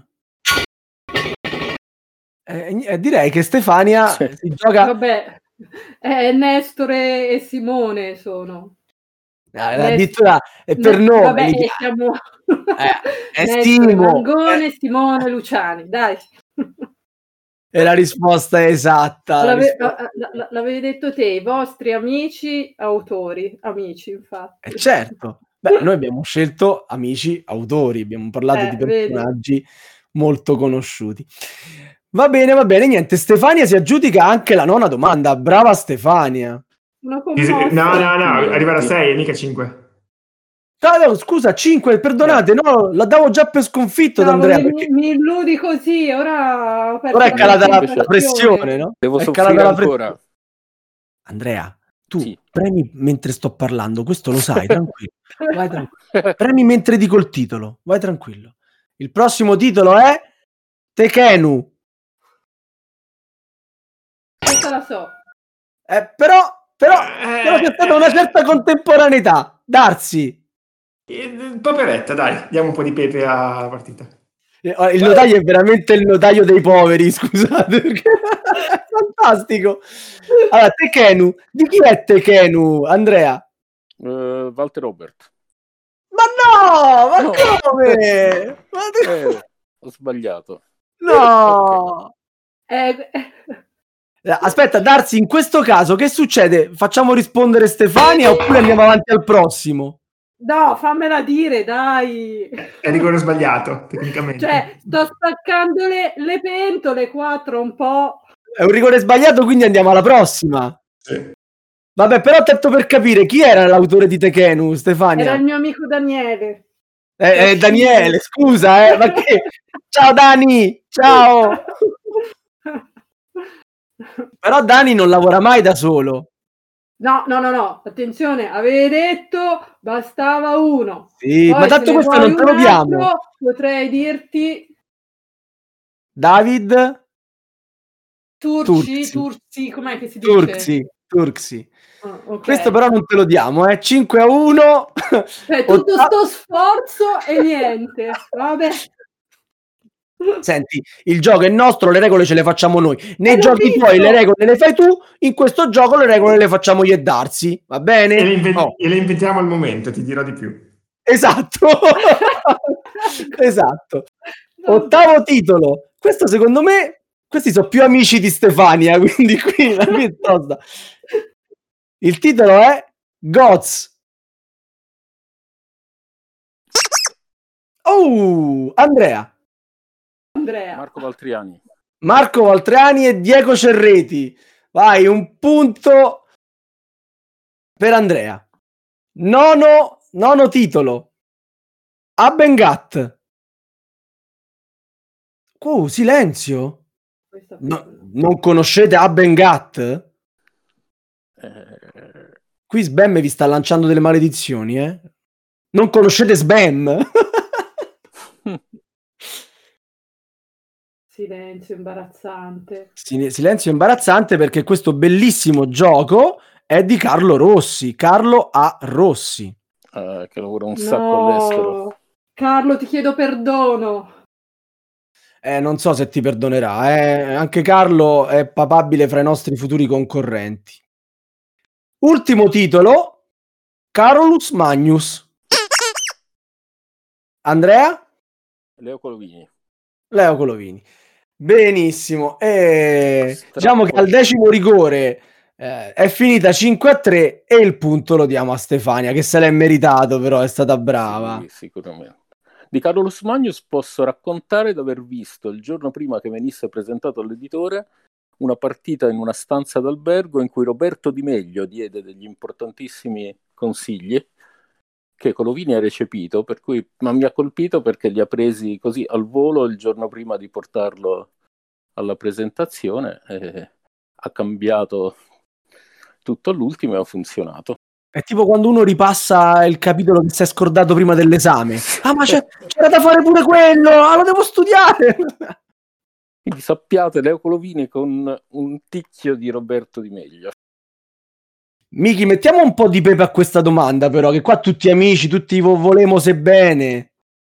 [SPEAKER 1] Eh, eh, direi che Stefania
[SPEAKER 5] Sì.
[SPEAKER 1] si gioca...
[SPEAKER 4] Vabbè, eh, Nestore e Simone sono.
[SPEAKER 1] Eh, addirittura è per
[SPEAKER 4] Ne-
[SPEAKER 1] nome.
[SPEAKER 4] Vabbè,
[SPEAKER 1] li
[SPEAKER 4] e
[SPEAKER 1] chiama.
[SPEAKER 4] siamo...
[SPEAKER 1] Eh, è
[SPEAKER 4] Nestore
[SPEAKER 1] Simo.
[SPEAKER 4] Mangone,
[SPEAKER 1] Eh.
[SPEAKER 4] Simone Luciani, dai.
[SPEAKER 1] È la risposta esatta. la
[SPEAKER 4] L'ave-
[SPEAKER 1] risposta-
[SPEAKER 4] a- a- L'avevi detto te, i vostri amici autori, amici infatti.
[SPEAKER 1] Eh, certo. Beh, noi abbiamo scelto amici autori, abbiamo parlato
[SPEAKER 4] Eh,
[SPEAKER 1] di
[SPEAKER 4] vedi.
[SPEAKER 1] personaggi molto conosciuti. Va bene, va bene, niente. Stefania si aggiudica anche la nona domanda. Brava Stefania.
[SPEAKER 4] Una
[SPEAKER 2] No,
[SPEAKER 4] commossa.
[SPEAKER 2] no, no,
[SPEAKER 5] Complimenti.
[SPEAKER 2] arriva a sei, mica cinque.
[SPEAKER 1] Ah, no, scusa, cinque, perdonate, no, la davo già per sconfitto ad
[SPEAKER 4] Cavolo,
[SPEAKER 1] Andrea.
[SPEAKER 4] mi,
[SPEAKER 1] Perché
[SPEAKER 4] mi illudi così, ora ho perso
[SPEAKER 1] ora è
[SPEAKER 4] la
[SPEAKER 1] calata la,
[SPEAKER 4] concentrazione.
[SPEAKER 1] la pressione, no?
[SPEAKER 5] devo
[SPEAKER 1] È
[SPEAKER 5] soffrire
[SPEAKER 1] calata la
[SPEAKER 5] ancora.
[SPEAKER 1] pressione. Andrea, tu
[SPEAKER 5] Sì.
[SPEAKER 1] premi mentre sto parlando, questo lo sai, tranquillo. Vai tranquillo. Premi mentre dico il titolo, vai tranquillo. Il prossimo titolo è Tekenu.
[SPEAKER 4] Questa la so.
[SPEAKER 1] Eh, però, però,
[SPEAKER 2] Eh,
[SPEAKER 1] però c'è stata una certa contemporaneità. Darsi.
[SPEAKER 2] Eh, Paperetta, dai, diamo un po' di pepe alla partita.
[SPEAKER 1] Eh, Il notaio è veramente il notaio dei poveri, scusate, perché è fantastico. Allora, Tekenu, di chi è Tekenu, Andrea?
[SPEAKER 5] Eh, Walter Robert.
[SPEAKER 1] Ma no, ma
[SPEAKER 5] No.
[SPEAKER 1] come? Ma tu-
[SPEAKER 5] Eh, ho sbagliato.
[SPEAKER 1] no.
[SPEAKER 4] Eh,
[SPEAKER 1] Eh, Aspetta, Darsi, in questo caso che succede? Facciamo rispondere Stefania oppure andiamo avanti al prossimo?
[SPEAKER 4] no, fammela dire, dai.
[SPEAKER 2] È rigore sbagliato, tecnicamente.
[SPEAKER 4] Cioè, sto staccando le, le pentole, quattro un po'.
[SPEAKER 1] È un rigore sbagliato, quindi andiamo alla prossima.
[SPEAKER 2] Sì.
[SPEAKER 1] Vabbè, però tanto per capire, chi era l'autore di Tekenu, Stefania?
[SPEAKER 4] Era il mio amico Daniele.
[SPEAKER 1] Eh, eh, Daniele, scusa, eh, ma che... Ciao Dani, ciao! Però Dani non lavora mai da solo.
[SPEAKER 4] No, no, no, no, attenzione, avevi detto bastava uno.
[SPEAKER 1] Sì,
[SPEAKER 4] Poi
[SPEAKER 1] ma tanto
[SPEAKER 4] se ne
[SPEAKER 1] questo
[SPEAKER 4] vuoi
[SPEAKER 1] non te lo
[SPEAKER 4] un
[SPEAKER 1] diamo.
[SPEAKER 4] altro, potrei dirti
[SPEAKER 1] David
[SPEAKER 4] Turci,
[SPEAKER 1] Turzi.
[SPEAKER 4] Turzi, com'è che si dice?
[SPEAKER 1] Turzi. Turxi.
[SPEAKER 4] Ah, okay.
[SPEAKER 1] Questo però non te lo diamo, eh. cinque a uno.
[SPEAKER 4] Cioè, tutto Otta... sto sforzo e niente. Vabbè.
[SPEAKER 1] Senti, il gioco è nostro, le regole ce le facciamo noi. Nei
[SPEAKER 4] eh,
[SPEAKER 1] giochi tuoi le regole le fai tu, in questo gioco le regole le facciamo io e Darsi, va bene?
[SPEAKER 2] E le, inve-
[SPEAKER 1] oh.
[SPEAKER 2] e le inventiamo al momento, ti dirò di più.
[SPEAKER 1] Esatto. Esatto. Ottavo titolo. Questo secondo me, questi sono più amici di Stefania, quindi qui la mia è tosta. Il titolo è Gods. Oh, Andrea.
[SPEAKER 4] Andrea.
[SPEAKER 5] Marco Valtriani.
[SPEAKER 1] Marco Valtriani e Diego Cerreti. Vai, un punto per Andrea. Nono, nono titolo. Abengat. Oh, silenzio. No, non conoscete Abengat?
[SPEAKER 5] Eh...
[SPEAKER 1] Qui Sbam vi sta lanciando delle maledizioni, eh? Non conoscete Sbam?
[SPEAKER 4] Silenzio imbarazzante.
[SPEAKER 1] Silenzio imbarazzante perché questo bellissimo gioco è di Carlo Rossi. Carlo A. Rossi.
[SPEAKER 5] Uh, che lavora un
[SPEAKER 4] no,
[SPEAKER 5] sacco all'estero.
[SPEAKER 4] Carlo, ti chiedo perdono.
[SPEAKER 1] Eh, non so se ti perdonerà. Eh. Anche Carlo è papabile fra i nostri futuri concorrenti. Ultimo titolo. Carolus Magnus. Andrea?
[SPEAKER 5] Leo Colovini.
[SPEAKER 1] Leo Colovini. Benissimo. E diciamo che al decimo rigore eh, è finita cinque a tre e il punto lo diamo a Stefania, che se l'è meritato, però è stata brava.
[SPEAKER 5] Sì, sicuramente. Di Carolus Magnus posso raccontare di aver visto il giorno prima che venisse presentato all'editore una partita in una stanza d'albergo in cui Roberto Di Meglio diede degli importantissimi consigli che Colovini ha recepito, per cui ma mi ha colpito perché li ha presi così al volo il giorno prima di portarlo alla presentazione e ha cambiato tutto all'ultimo e ha funzionato.
[SPEAKER 1] È tipo quando uno ripassa il capitolo che si è scordato prima dell'esame. Ah, ma c'è, c'era da fare pure quello! Ah, lo devo studiare!
[SPEAKER 5] Quindi sappiate, Leo Colovini con un ticchio di Roberto Di Meglio.
[SPEAKER 1] Miki, mettiamo un po' di pepe a questa domanda, però, che qua tutti amici, tutti vo- volemo se bene.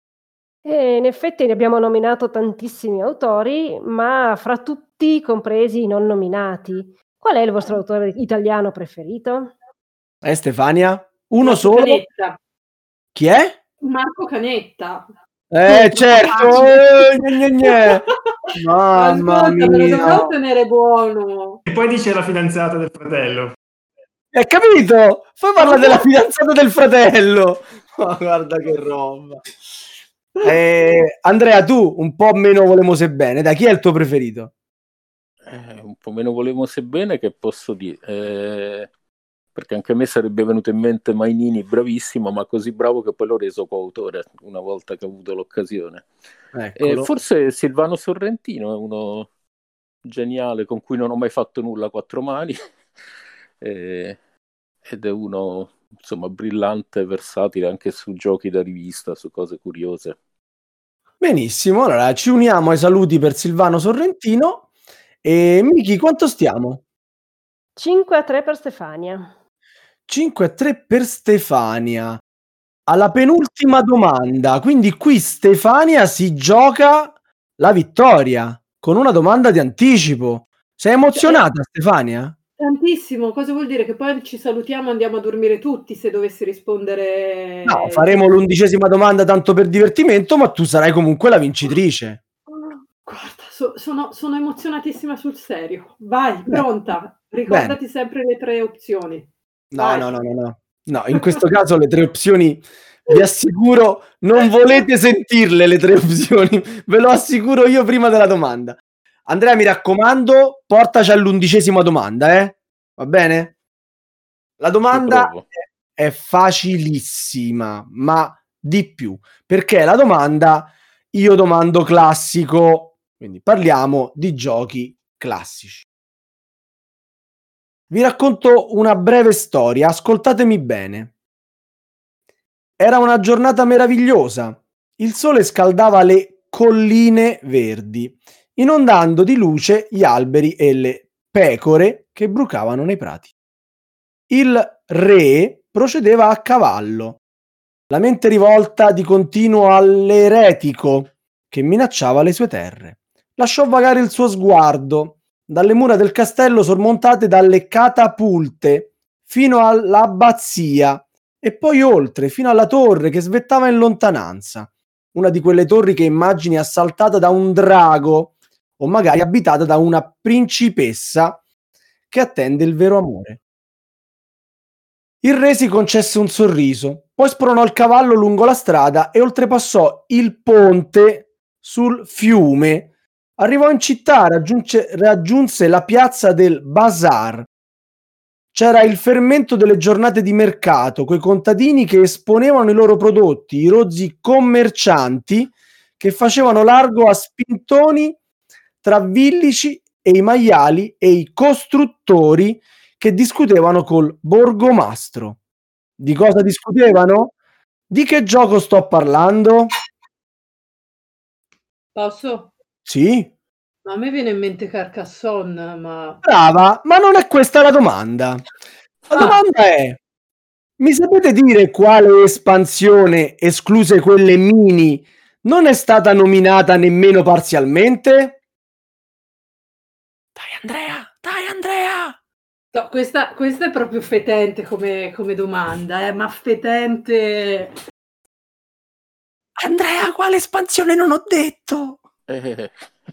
[SPEAKER 3] E in effetti ne abbiamo nominato tantissimi autori, ma fra tutti compresi i non nominati. Qual è il vostro autore italiano preferito?
[SPEAKER 1] Eh, Stefania? Uno
[SPEAKER 4] Marco
[SPEAKER 1] solo?
[SPEAKER 4] Canetta.
[SPEAKER 1] Chi è?
[SPEAKER 4] Marco Canetta.
[SPEAKER 1] Eh, certo! Eh, gne, gne, gne. Mamma
[SPEAKER 4] Ascolta,
[SPEAKER 1] mia!
[SPEAKER 4] me lo dovrò tenere buono.
[SPEAKER 2] E poi dice la fidanzata del fratello.
[SPEAKER 1] Hai capito? Poi parla della fidanzata del fratello. Oh, guarda che roba. Eh, Andrea, tu un po' meno volemo se bene. Da chi è il tuo preferito?
[SPEAKER 5] Eh, un po' meno volemo se bene, che posso dire? Eh, perché anche a me sarebbe venuto in mente Mainini, bravissimo, ma così bravo che poi l'ho reso coautore una volta che ho avuto l'occasione. Eh, forse Silvano Sorrentino è uno geniale con cui non ho mai fatto nulla a quattro mani. Eh, ed è uno insomma brillante, versatile anche su giochi da rivista, su cose curiose.
[SPEAKER 1] Benissimo, allora ci uniamo ai saluti per Silvano Sorrentino. E Miki, quanto stiamo?
[SPEAKER 3] cinque a tre per Stefania.
[SPEAKER 1] cinque a tre per Stefania. Alla penultima domanda, quindi qui Stefania si gioca la vittoria con una domanda di anticipo. Sei emozionata, Stefania?
[SPEAKER 4] Tantissimo, cosa vuol dire? Che poi ci salutiamo e andiamo a dormire tutti se dovessi rispondere...
[SPEAKER 1] No, faremo l'undicesima domanda tanto per divertimento, ma tu sarai comunque la vincitrice.
[SPEAKER 4] Guarda, so, sono, sono emozionatissima sul serio. Vai, pronta. Ricordati Bene. sempre le tre opzioni.
[SPEAKER 1] No, Vai. no, no, no, no. No, in questo caso le tre opzioni, vi assicuro, non volete sentirle le tre opzioni. Ve lo assicuro io prima della domanda. Andrea, mi raccomando, portaci all'undicesima domanda, eh? Va bene? La domanda è, è facilissima, ma di più, perché la domanda, io domando classico, quindi parliamo di giochi classici. Vi racconto una breve storia, ascoltatemi bene. Era una giornata meravigliosa, il sole scaldava le colline verdi, inondando di luce gli alberi e le pecore che brucavano nei prati. il re procedeva a cavallo, la mente rivolta di continuo all'eretico che minacciava le sue terre. Lasciò vagare il suo sguardo dalle mura del castello sormontate dalle catapulte fino all'abbazia e poi oltre fino alla torre che svettava in lontananza, una di quelle torri che immagini assaltata da un drago o magari abitata da una principessa che attende il vero amore. Il re si concesse un sorriso, poi spronò il cavallo lungo la strada e oltrepassò il ponte sul fiume. Arrivò in città, raggiunse, raggiunse la piazza del Bazar. C'era il fermento delle giornate di mercato, coi contadini che esponevano i loro prodotti, i rozzi commercianti che facevano largo a spintoni tra villici e i maiali e i costruttori che discutevano col borgomastro. Di cosa discutevano? Di che gioco sto parlando?
[SPEAKER 4] Posso?
[SPEAKER 1] Sì.
[SPEAKER 4] Ma a me viene in mente Carcassonne, ma...
[SPEAKER 1] Brava, ma non è questa la domanda. La
[SPEAKER 4] Ah.
[SPEAKER 1] domanda è: mi sapete dire quale espansione, escluse quelle mini, non è stata nominata nemmeno parzialmente? Dai Andrea, dai Andrea!
[SPEAKER 4] No, questa, questa è proprio fetente come, come domanda, eh, ma fetente...
[SPEAKER 1] Andrea, quale espansione non ho detto?
[SPEAKER 5] Eh,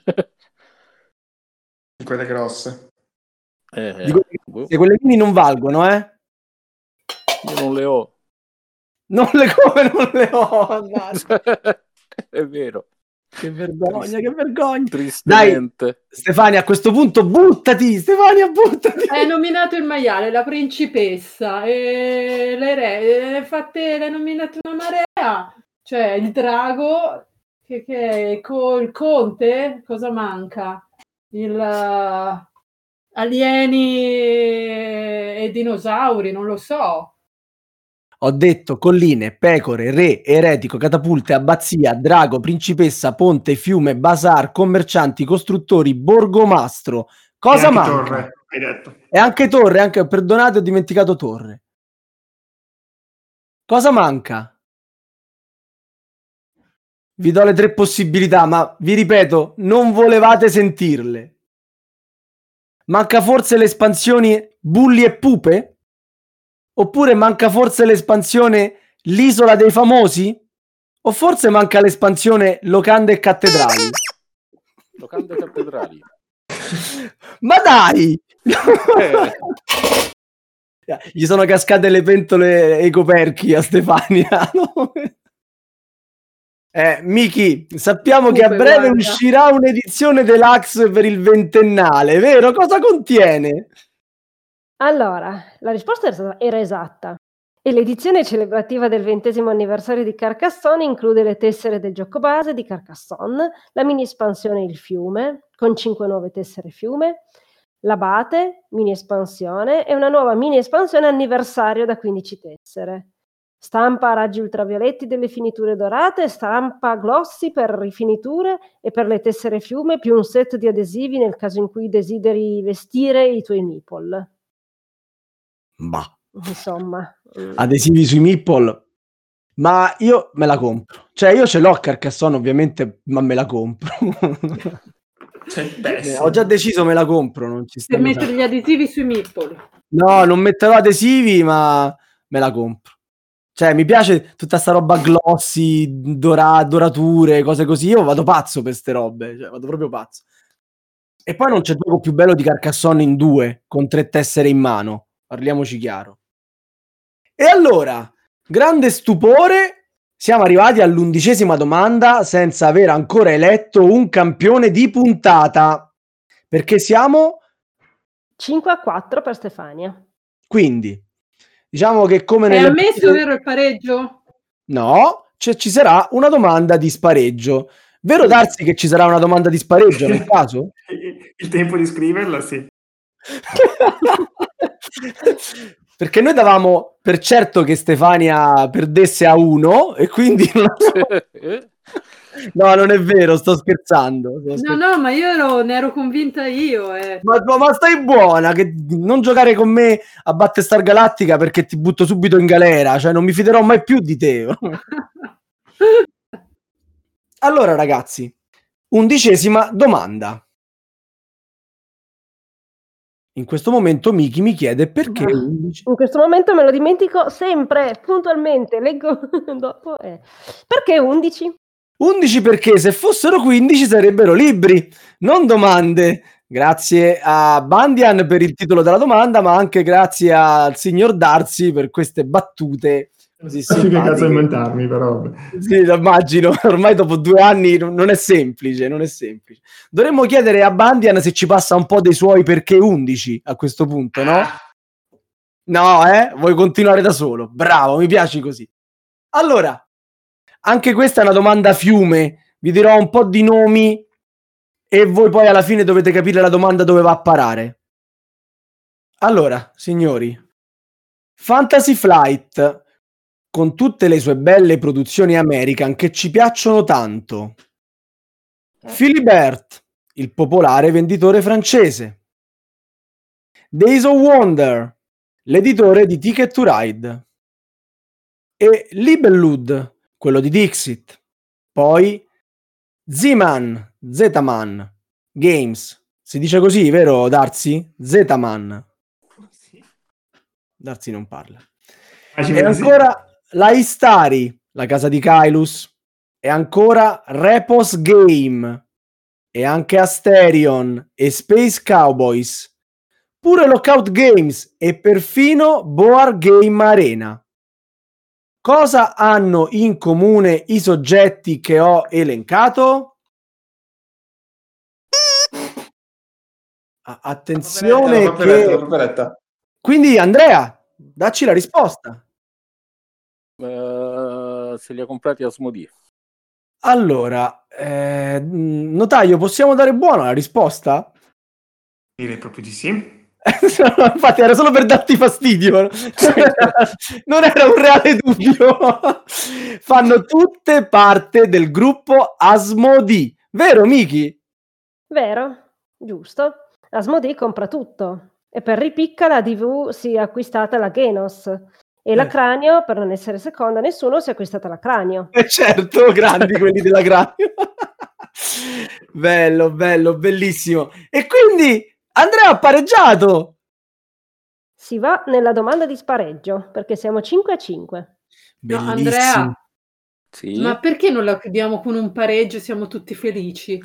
[SPEAKER 2] Di quelle grosse.
[SPEAKER 5] eh,
[SPEAKER 1] Di quelle,
[SPEAKER 5] boh,
[SPEAKER 1] se quelle mini non valgono, eh?
[SPEAKER 5] io non le ho.
[SPEAKER 1] Non le come non le ho, mannaggia.
[SPEAKER 5] È vero.
[SPEAKER 1] Che vergogna, che vergogna.
[SPEAKER 5] Tristemente.
[SPEAKER 1] Stefania, a questo punto buttati, Stefania, buttati.
[SPEAKER 4] È nominato il maiale, la principessa, e le re, le fatte, le nominate una marea, cioè il drago, che, che è co- il conte, cosa manca? Il uh, alieni e dinosauri, non lo so.
[SPEAKER 1] Ho detto colline, pecore, re, eretico, catapulte, abbazia, drago, principessa, ponte, fiume, bazar, commercianti, costruttori, borgomastro. Cosa
[SPEAKER 2] E anche
[SPEAKER 1] manca?
[SPEAKER 2] torre, hai detto.
[SPEAKER 1] E anche torre, anche, perdonate, ho dimenticato torre. Cosa manca? Vi do le tre possibilità, ma vi ripeto, non volevate sentirle. Manca forse le espansioni Bulli e Pupe? Oppure manca forse l'espansione L'isola dei famosi? O forse manca l'espansione Locande e cattedrali?
[SPEAKER 5] Locande e cattedrali.
[SPEAKER 1] Ma dai!
[SPEAKER 5] Eh.
[SPEAKER 1] Gli sono cascate le pentole e i coperchi a Stefania. No? Eh, Miki, sappiamo
[SPEAKER 4] Pupe,
[SPEAKER 1] che a breve
[SPEAKER 4] guarda.
[SPEAKER 1] uscirà un'edizione deluxe per il ventennale, vero? Cosa contiene?
[SPEAKER 3] Allora, la risposta era- era esatta. E l'edizione celebrativa del ventesimo anniversario di Carcassonne include le tessere del gioco base di Carcassonne, la mini espansione Il Fiume, con cinque nuove tessere fiume, l'Abate, mini espansione, e una nuova mini espansione anniversario da quindici tessere. Stampa a raggi ultravioletti delle finiture dorate, stampa glossy per rifiniture e per le tessere fiume, più un set di adesivi nel caso in cui desideri vestire i tuoi meeple.
[SPEAKER 1] Bah.
[SPEAKER 3] Insomma, mm.
[SPEAKER 1] Adesivi sui meeple, ma io me la compro, cioè io ce l'ho a Carcassonne ovviamente, ma me la compro.
[SPEAKER 2] Cioè, beh,
[SPEAKER 1] Ho già deciso, me la compro, non ci
[SPEAKER 4] Per
[SPEAKER 1] stanno
[SPEAKER 4] mettere
[SPEAKER 1] tanto.
[SPEAKER 4] gli adesivi sui meeple.
[SPEAKER 1] No, non metterò adesivi, ma me la compro. Cioè mi piace tutta sta roba glossy, dora- dorature, cose così, io vado pazzo per ste robe, cioè vado proprio pazzo. E poi non c'è gioco più bello di Carcassonne in due, con tre tessere in mano, parliamoci chiaro. E allora, grande stupore, siamo arrivati all'undicesima domanda senza aver ancora eletto un campione di puntata, perché siamo
[SPEAKER 3] cinque a quattro per Stefania.
[SPEAKER 1] quindi, diciamo che come
[SPEAKER 4] È
[SPEAKER 1] nelle
[SPEAKER 4] ammesso, vero, il pareggio?
[SPEAKER 1] No, cioè, ci sarà una domanda di spareggio. Vero darsi che ci sarà una domanda di spareggio nel caso?
[SPEAKER 2] il tempo di scriverla, sì.
[SPEAKER 1] Perché noi davamo per certo che Stefania perdesse a uno e quindi non abbiamo,
[SPEAKER 5] Eh?
[SPEAKER 1] No, non è vero, sto scherzando. Sto
[SPEAKER 4] No,
[SPEAKER 1] scherzando.
[SPEAKER 4] no, ma io ero, ne ero convinta io. Eh.
[SPEAKER 1] Ma, ma stai buona, che non giocare con me a Battestar Galactica perché ti butto subito in galera, cioè non mi fiderò mai più di te. Allora ragazzi, undicesima domanda. In questo momento Miki mi chiede perché
[SPEAKER 3] Ah,
[SPEAKER 1] undici.
[SPEAKER 3] in questo momento me lo dimentico sempre, puntualmente, leggo dopo. Eh. Perché undici?
[SPEAKER 1] undici perché se fossero quindici sarebbero libri, non domande. Grazie a Bandian per il titolo della domanda, ma anche grazie al signor Darsi per queste battute così
[SPEAKER 2] Non so più che cazzo
[SPEAKER 1] simpatiche.
[SPEAKER 2] inventarmi, però.
[SPEAKER 1] Sì, lo immagino, ormai dopo due anni non non è semplice, non è semplice. Dovremmo chiedere a Bandian se ci passa un po' dei suoi perché undici a questo punto, no? No, eh? Vuoi continuare da solo? Bravo, mi piaci così. Allora, anche questa è una domanda fiume, vi dirò un po' di nomi e voi poi alla fine dovete capire la domanda dove va a parare. Allora, signori, Fantasy Flight, con tutte le sue belle produzioni American che ci piacciono tanto. Philibert, il popolare venditore francese. Days of Wonder, l'editore di Ticket to Ride. E Libellud, quello di Dixit. Poi Z-Man, Z-Man Games. Si dice così, vero Darsi? Z-Man. Darsi non parla. E ancora la Istari, la casa di Kylus. E ancora Repos Game. E anche Asterion e Space Cowboys. Pure Lockout Games e perfino Board Game Arena. Cosa hanno in comune i soggetti che ho elencato? A- attenzione
[SPEAKER 2] Paperetta,
[SPEAKER 1] che... Quindi Andrea, dacci la risposta.
[SPEAKER 5] Uh, se li ha comprati Asmodee.
[SPEAKER 1] Allora, eh, notaio, possiamo dare buona la risposta?
[SPEAKER 2] Direi proprio di sì.
[SPEAKER 1] Infatti era solo per darti fastidio, non era un reale dubbio. Fanno tutte parte del gruppo Asmodee, vero Miki?
[SPEAKER 3] Vero, giusto. Asmodee compra tutto e per ripicca la D V si è acquistata la Genos e la
[SPEAKER 1] Eh.
[SPEAKER 3] Cranio, per non essere seconda a nessuno, si è acquistata la Cranio.
[SPEAKER 1] Eh certo, grandi quelli della Cranio. Bello, bello, bellissimo. E quindi Andrea ha pareggiato.
[SPEAKER 3] Si va nella domanda di spareggio perché siamo cinque a cinque.
[SPEAKER 4] No,
[SPEAKER 1] Bellissimo.
[SPEAKER 4] Andrea,
[SPEAKER 5] Sì.
[SPEAKER 4] ma perché non la chiudiamo con un pareggio e siamo tutti felici?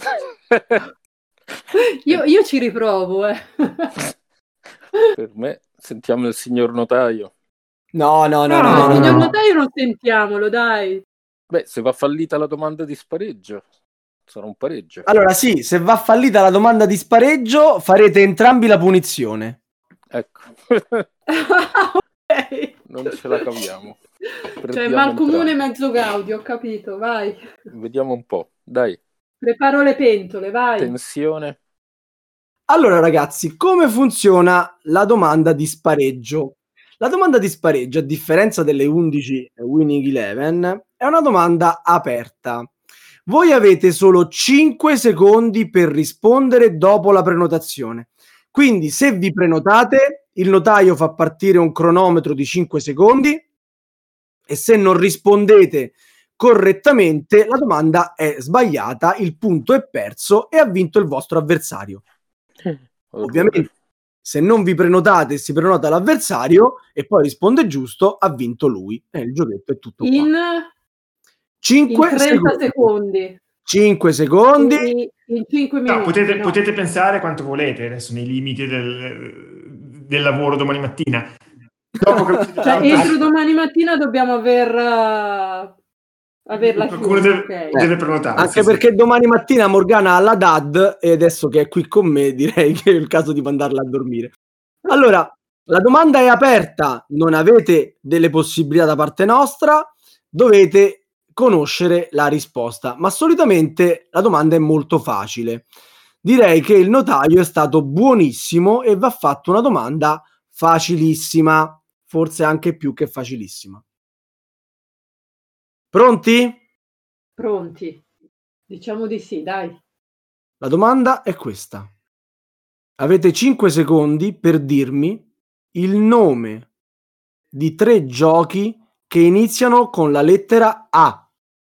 [SPEAKER 4] io, io ci riprovo, eh.
[SPEAKER 5] Per me, sentiamo il signor notaio.
[SPEAKER 1] No, no, no,
[SPEAKER 4] No,
[SPEAKER 1] no,
[SPEAKER 4] il
[SPEAKER 1] no, no,
[SPEAKER 4] signor
[SPEAKER 1] no.
[SPEAKER 4] notaio non sentiamolo, dai.
[SPEAKER 5] Beh, se va fallita la domanda di spareggio, sarà un pareggio.
[SPEAKER 1] Allora sì, se va fallita la domanda di spareggio farete entrambi la punizione.
[SPEAKER 5] Ecco.
[SPEAKER 4] Ok.
[SPEAKER 5] Non ce la caviamo.
[SPEAKER 4] Cioè,
[SPEAKER 5] Perdiamo
[SPEAKER 4] mal comune,
[SPEAKER 5] entrambi.
[SPEAKER 4] mezzo gaudio, ho capito, vai.
[SPEAKER 5] Vediamo un po', dai.
[SPEAKER 4] Preparo le pentole, vai.
[SPEAKER 5] Tensione.
[SPEAKER 1] Allora ragazzi, come funziona la domanda di spareggio? La domanda di spareggio, a differenza delle undici Winning Eleven, è una domanda aperta. Voi avete solo cinque secondi per rispondere dopo la prenotazione. Quindi se vi prenotate, il notaio fa partire un cronometro di cinque secondi e se non rispondete correttamente la domanda è sbagliata, il punto è perso e ha vinto il vostro avversario. Ovviamente se non vi prenotate e si prenota l'avversario e poi risponde giusto, ha vinto lui e il giochetto è tutto qua.
[SPEAKER 4] In,
[SPEAKER 1] cinque
[SPEAKER 4] in trenta
[SPEAKER 1] secondi.
[SPEAKER 4] secondi.
[SPEAKER 1] cinque secondi.
[SPEAKER 4] In, in cinque minuti.
[SPEAKER 2] No, potete,
[SPEAKER 4] no.
[SPEAKER 2] potete pensare quanto volete adesso nei limiti del, del lavoro domani mattina. Dopo che uscite
[SPEAKER 4] Cioè,
[SPEAKER 2] da-
[SPEAKER 4] entro domani mattina dobbiamo aver, uh, averla
[SPEAKER 2] qualcuno
[SPEAKER 4] chiusa,
[SPEAKER 2] deve,
[SPEAKER 4] ok.
[SPEAKER 2] deve prenotare.
[SPEAKER 1] Anche
[SPEAKER 2] sì,
[SPEAKER 1] perché
[SPEAKER 2] sì.
[SPEAKER 1] domani mattina Morgana ha la D A D e adesso che è qui con me direi che è il caso di mandarla a dormire. Allora, la domanda è aperta, non avete delle possibilità da parte nostra, dovete conoscere la risposta, ma solitamente la domanda è molto facile. Direi che il notaio è stato buonissimo e va fatto una domanda facilissima, forse anche più che facilissima. Pronti?
[SPEAKER 4] Pronti. Diciamo di sì, dai.
[SPEAKER 1] La domanda è questa. Avete cinque secondi per dirmi il nome di tre giochi che iniziano con la lettera A.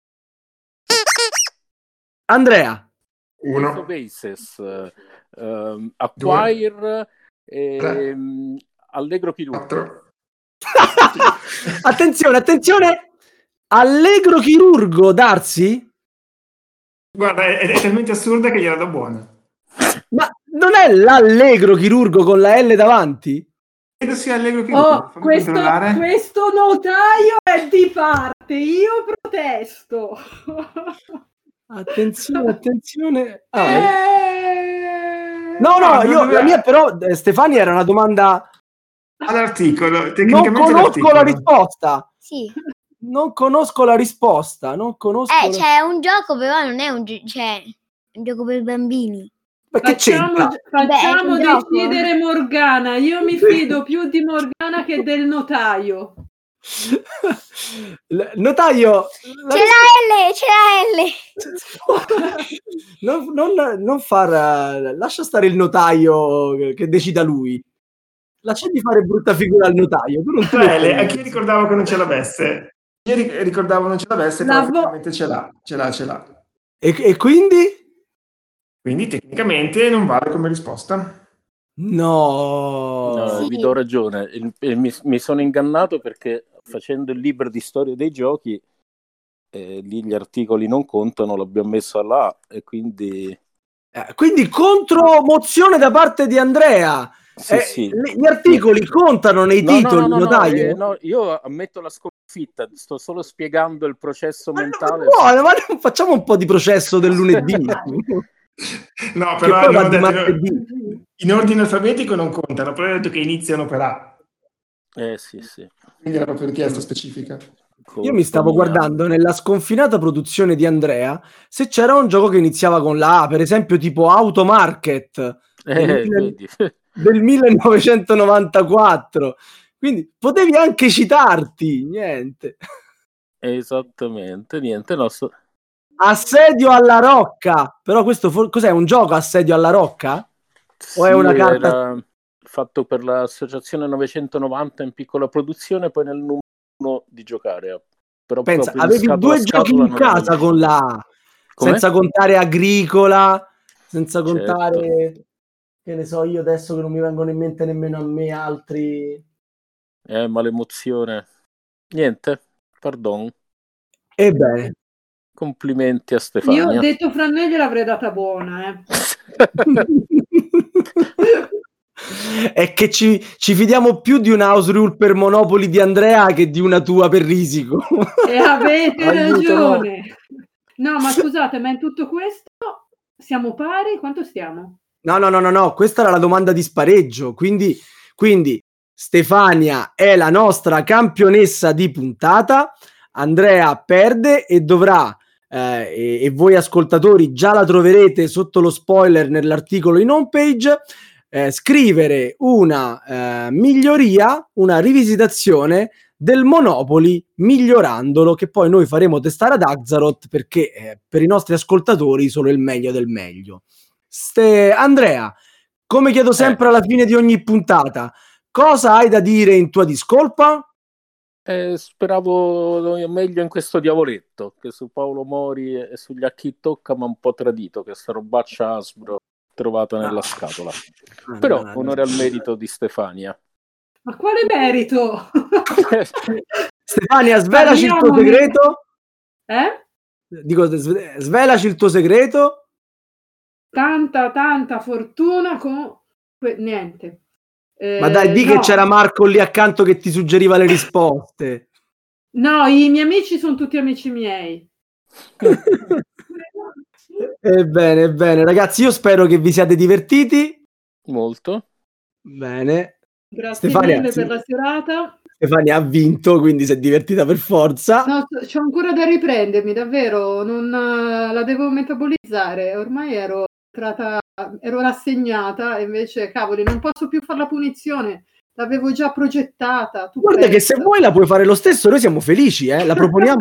[SPEAKER 1] Andrea.
[SPEAKER 2] Uno.
[SPEAKER 5] Basis, uh, Acquire e um, Allegro Chirurgo.
[SPEAKER 1] Attenzione, attenzione. Allegro Chirurgo, Darsi?
[SPEAKER 2] Guarda, è, è talmente assurda che gliela do buona.
[SPEAKER 1] Ma non è l'Allegro Chirurgo con la L davanti?
[SPEAKER 2] Credo sia Allegro Chirurgo.
[SPEAKER 4] Oh, questo, questo notaio è di parte, io protesto.
[SPEAKER 1] Attenzione, attenzione. Ah,
[SPEAKER 4] eh...
[SPEAKER 1] No, no, io, la mia però, Stefania, era una domanda...
[SPEAKER 2] All'articolo.
[SPEAKER 1] Non conosco
[SPEAKER 2] l'articolo.
[SPEAKER 1] la risposta.
[SPEAKER 8] Sì.
[SPEAKER 1] Non conosco la risposta. Non conosco
[SPEAKER 8] Eh,
[SPEAKER 1] la...
[SPEAKER 8] c'è un gioco, però non è un, gi- cioè, un gioco per bambini.
[SPEAKER 1] Ma che
[SPEAKER 4] Facciamo,
[SPEAKER 1] c'entra?
[SPEAKER 4] facciamo
[SPEAKER 8] Beh,
[SPEAKER 4] decidere Morgana. Io mi fido più di Morgana che del notaio.
[SPEAKER 1] Il notaio...
[SPEAKER 8] C'è la L, c'è la L.
[SPEAKER 1] non, non, non far... Lascia stare il notaio che, che decida lui. Lasciami fare brutta figura al notaio. Tu non
[SPEAKER 2] Beh, anche io ricordavo che non ce l'avesse. Io ricordavo non ce l'avesse,
[SPEAKER 4] La
[SPEAKER 2] però
[SPEAKER 4] vo-
[SPEAKER 2] effettivamente ce l'ha, ce l'ha, ce l'ha.
[SPEAKER 1] E, e quindi?
[SPEAKER 2] Quindi tecnicamente non vale come risposta.
[SPEAKER 1] No,
[SPEAKER 5] no
[SPEAKER 8] Sì.
[SPEAKER 5] vi do ragione. Il- il- mi, mi sono ingannato perché facendo il libro di storia dei giochi, eh, lì gli articoli non contano, l'abbiamo messo alla A e quindi...
[SPEAKER 1] Eh, quindi contromozione da parte di Andrea.
[SPEAKER 5] Sì,
[SPEAKER 1] Eh,
[SPEAKER 5] sì.
[SPEAKER 1] Gli articoli contano nei
[SPEAKER 5] No,
[SPEAKER 1] titoli,
[SPEAKER 5] no, no, no,
[SPEAKER 1] notaio?
[SPEAKER 5] eh, no, io ammetto la sconfitta, sto solo spiegando il processo
[SPEAKER 1] Ma
[SPEAKER 5] mentale.
[SPEAKER 1] no, no, ma non facciamo un po' di processo del lunedì.
[SPEAKER 2] No,
[SPEAKER 1] Che
[SPEAKER 2] però
[SPEAKER 1] poi va
[SPEAKER 2] abbiamo
[SPEAKER 1] di
[SPEAKER 2] detto,
[SPEAKER 1] martedì.
[SPEAKER 2] in ordine alfabetico non contano, però hai detto che iniziano per A.
[SPEAKER 5] Eh sì, sì.
[SPEAKER 2] Quindi era proprio richiesta specifica.
[SPEAKER 1] Io mi stavo
[SPEAKER 5] Colpa mia.
[SPEAKER 1] guardando nella sconfinata produzione di Andrea se c'era un gioco che iniziava con la A, per esempio tipo Automarket del,
[SPEAKER 5] Eh,
[SPEAKER 1] mille-
[SPEAKER 5] vedi.
[SPEAKER 1] del millenovecentonovantaquattro. Quindi potevi anche citarti, niente.
[SPEAKER 5] Esattamente, niente, no, sto-
[SPEAKER 1] Assedio alla Rocca. Però questo for- cos'è? Un gioco Assedio alla Rocca? O è
[SPEAKER 5] sì,
[SPEAKER 1] una carta?
[SPEAKER 5] era fatto per l'associazione novecentonovanta in piccola produzione, poi nel numero uno di giocare. Però
[SPEAKER 1] Pensa,
[SPEAKER 5] proprio in
[SPEAKER 1] avevi
[SPEAKER 5] scatola
[SPEAKER 1] due
[SPEAKER 5] a
[SPEAKER 1] giochi
[SPEAKER 5] scatola
[SPEAKER 1] in
[SPEAKER 5] non era
[SPEAKER 1] casa
[SPEAKER 5] lì.
[SPEAKER 1] con la A,
[SPEAKER 5] Com'è?
[SPEAKER 1] senza contare Agricola, senza
[SPEAKER 5] Certo.
[SPEAKER 1] contare, che ne so io adesso che non mi vengono in mente nemmeno a me altri.
[SPEAKER 5] Eh, ma l'emozione. Niente, pardon.
[SPEAKER 1] Ebbene,
[SPEAKER 5] Complimenti a
[SPEAKER 4] Io
[SPEAKER 5] Stefania.
[SPEAKER 4] detto fra noi gliel'avrei data buona, eh.
[SPEAKER 1] è che ci, ci fidiamo più di un house rule per Monopoli di Andrea che di una tua per Risico.
[SPEAKER 4] E avete
[SPEAKER 1] Aiuto,
[SPEAKER 4] ragione. No, ma scusate, ma in tutto questo siamo pari? Quanto stiamo?
[SPEAKER 1] No, no, no, no, no, questa era la domanda di spareggio, quindi, quindi Stefania è la nostra campionessa di puntata, Andrea perde e dovrà, eh, e, e voi ascoltatori già la troverete sotto lo spoiler nell'articolo in homepage, eh, scrivere una eh, miglioria, una rivisitazione del Monopoli migliorandolo, che poi noi faremo testare ad Axaroth perché eh, per i nostri ascoltatori solo il meglio del meglio. Ste... Andrea, come chiedo sempre
[SPEAKER 5] Eh.
[SPEAKER 1] alla fine di ogni puntata, cosa hai da dire in tua discolpa?
[SPEAKER 5] Eh, speravo meglio in questo diavoletto, che su Paolo Mori e sugli A Chi Tocca mi ha un po' tradito, che sta robaccia Hasbro trovata nella
[SPEAKER 1] Ah.
[SPEAKER 5] scatola.
[SPEAKER 1] Ah,
[SPEAKER 5] Però
[SPEAKER 1] no, no,
[SPEAKER 5] onore al merito di Stefania.
[SPEAKER 4] Ma quale merito?
[SPEAKER 1] Stefania, svelaci il tuo
[SPEAKER 4] Parliamone.
[SPEAKER 1] segreto.
[SPEAKER 4] Eh?
[SPEAKER 1] Dico, sve- svelaci il tuo segreto.
[SPEAKER 4] Tanta, tanta fortuna con... que- Niente. Eh,
[SPEAKER 1] Ma dai, di
[SPEAKER 4] no.
[SPEAKER 1] che c'era Marco lì accanto che ti suggeriva le risposte.
[SPEAKER 4] No, i miei amici sono tutti amici miei.
[SPEAKER 1] Ebbene, ebbene, ragazzi, io spero che vi siate divertiti.
[SPEAKER 5] Molto.
[SPEAKER 1] Bene.
[SPEAKER 4] Grazie
[SPEAKER 1] Stefania,
[SPEAKER 4] mille
[SPEAKER 1] sì.
[SPEAKER 4] per la serata.
[SPEAKER 1] Stefania ha vinto, quindi si è divertita per forza.
[SPEAKER 4] No, c'ho ancora da riprendermi, davvero. Non eh, la devo metabolizzare. Ormai ero entrata, ero rassegnata, e invece, cavoli, non posso più fare la punizione. L'avevo già progettata. Tu
[SPEAKER 1] Guarda che
[SPEAKER 4] pensa.
[SPEAKER 1] se vuoi la puoi fare lo stesso, noi siamo felici, eh? La proponiamo,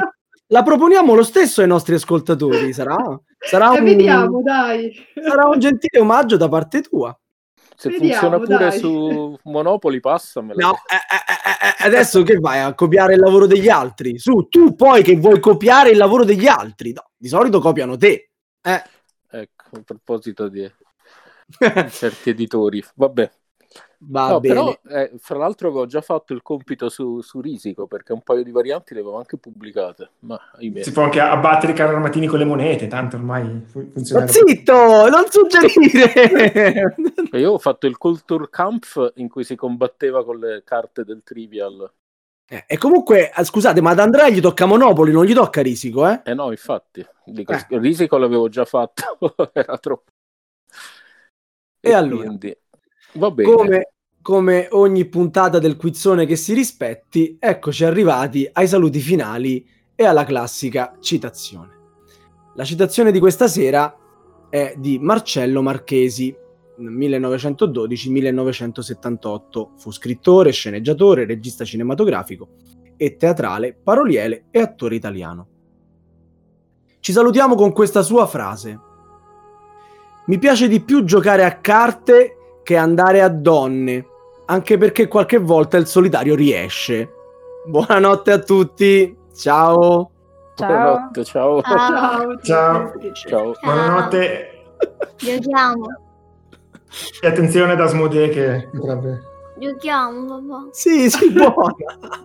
[SPEAKER 1] la proponiamo lo stesso ai nostri ascoltatori. Sarà, sarà,
[SPEAKER 4] Eh,
[SPEAKER 1] un,
[SPEAKER 4] vediamo, dai.
[SPEAKER 1] sarà un gentile omaggio da parte tua.
[SPEAKER 5] Se
[SPEAKER 4] Vediamo,
[SPEAKER 5] funziona pure
[SPEAKER 4] dai.
[SPEAKER 5] su Monopoli, passamela.
[SPEAKER 1] No, eh, eh, eh, adesso che vai a copiare il lavoro degli altri? Su, tu poi che vuoi copiare il lavoro degli altri? No, di solito copiano te. Eh.
[SPEAKER 5] Ecco, a proposito di certi editori, vabbè.
[SPEAKER 1] Va
[SPEAKER 5] no,
[SPEAKER 1] bene.
[SPEAKER 5] Però, eh, fra l'altro avevo già fatto il compito su, su Risico, perché un paio di varianti le avevo anche pubblicate, ma ahimè.
[SPEAKER 2] Si può anche abbattere i carri armatini con le monete, tanto ormai funziona.
[SPEAKER 1] Ma zitto, non suggerire!
[SPEAKER 5] E io ho fatto il Kulturkampf in cui si combatteva con le carte del Trivial.
[SPEAKER 1] Eh, e comunque, eh, scusate, ma ad Andrea gli tocca Monopoli, non gli tocca Risico, eh?
[SPEAKER 5] Eh no, infatti, dico,
[SPEAKER 1] Eh.
[SPEAKER 5] Risico l'avevo già fatto, era troppo.
[SPEAKER 1] E, e allora,
[SPEAKER 5] quindi, va bene.
[SPEAKER 1] Come, come ogni puntata del quizzone che si rispetti, eccoci arrivati ai saluti finali e alla classica citazione. La citazione di questa sera è di Marcello Marchesi, millenovecentododici millenovecentosettantotto. Fu scrittore, sceneggiatore, regista cinematografico e teatrale, paroliere e attore italiano. Ci salutiamo con questa sua frase: mi piace di più giocare a carte che andare a donne, anche perché qualche volta il solitario riesce. Buonanotte a tutti, ciao.
[SPEAKER 3] Ciao.
[SPEAKER 5] Buonanotte, ciao.
[SPEAKER 4] Ciao.
[SPEAKER 2] Ciao.
[SPEAKER 5] Ciao.
[SPEAKER 2] Buonanotte.
[SPEAKER 8] Giochiamo.
[SPEAKER 2] E attenzione da Asmodee che potrebbe...
[SPEAKER 8] Giochiamo, papà.
[SPEAKER 1] Sì, sì, buona.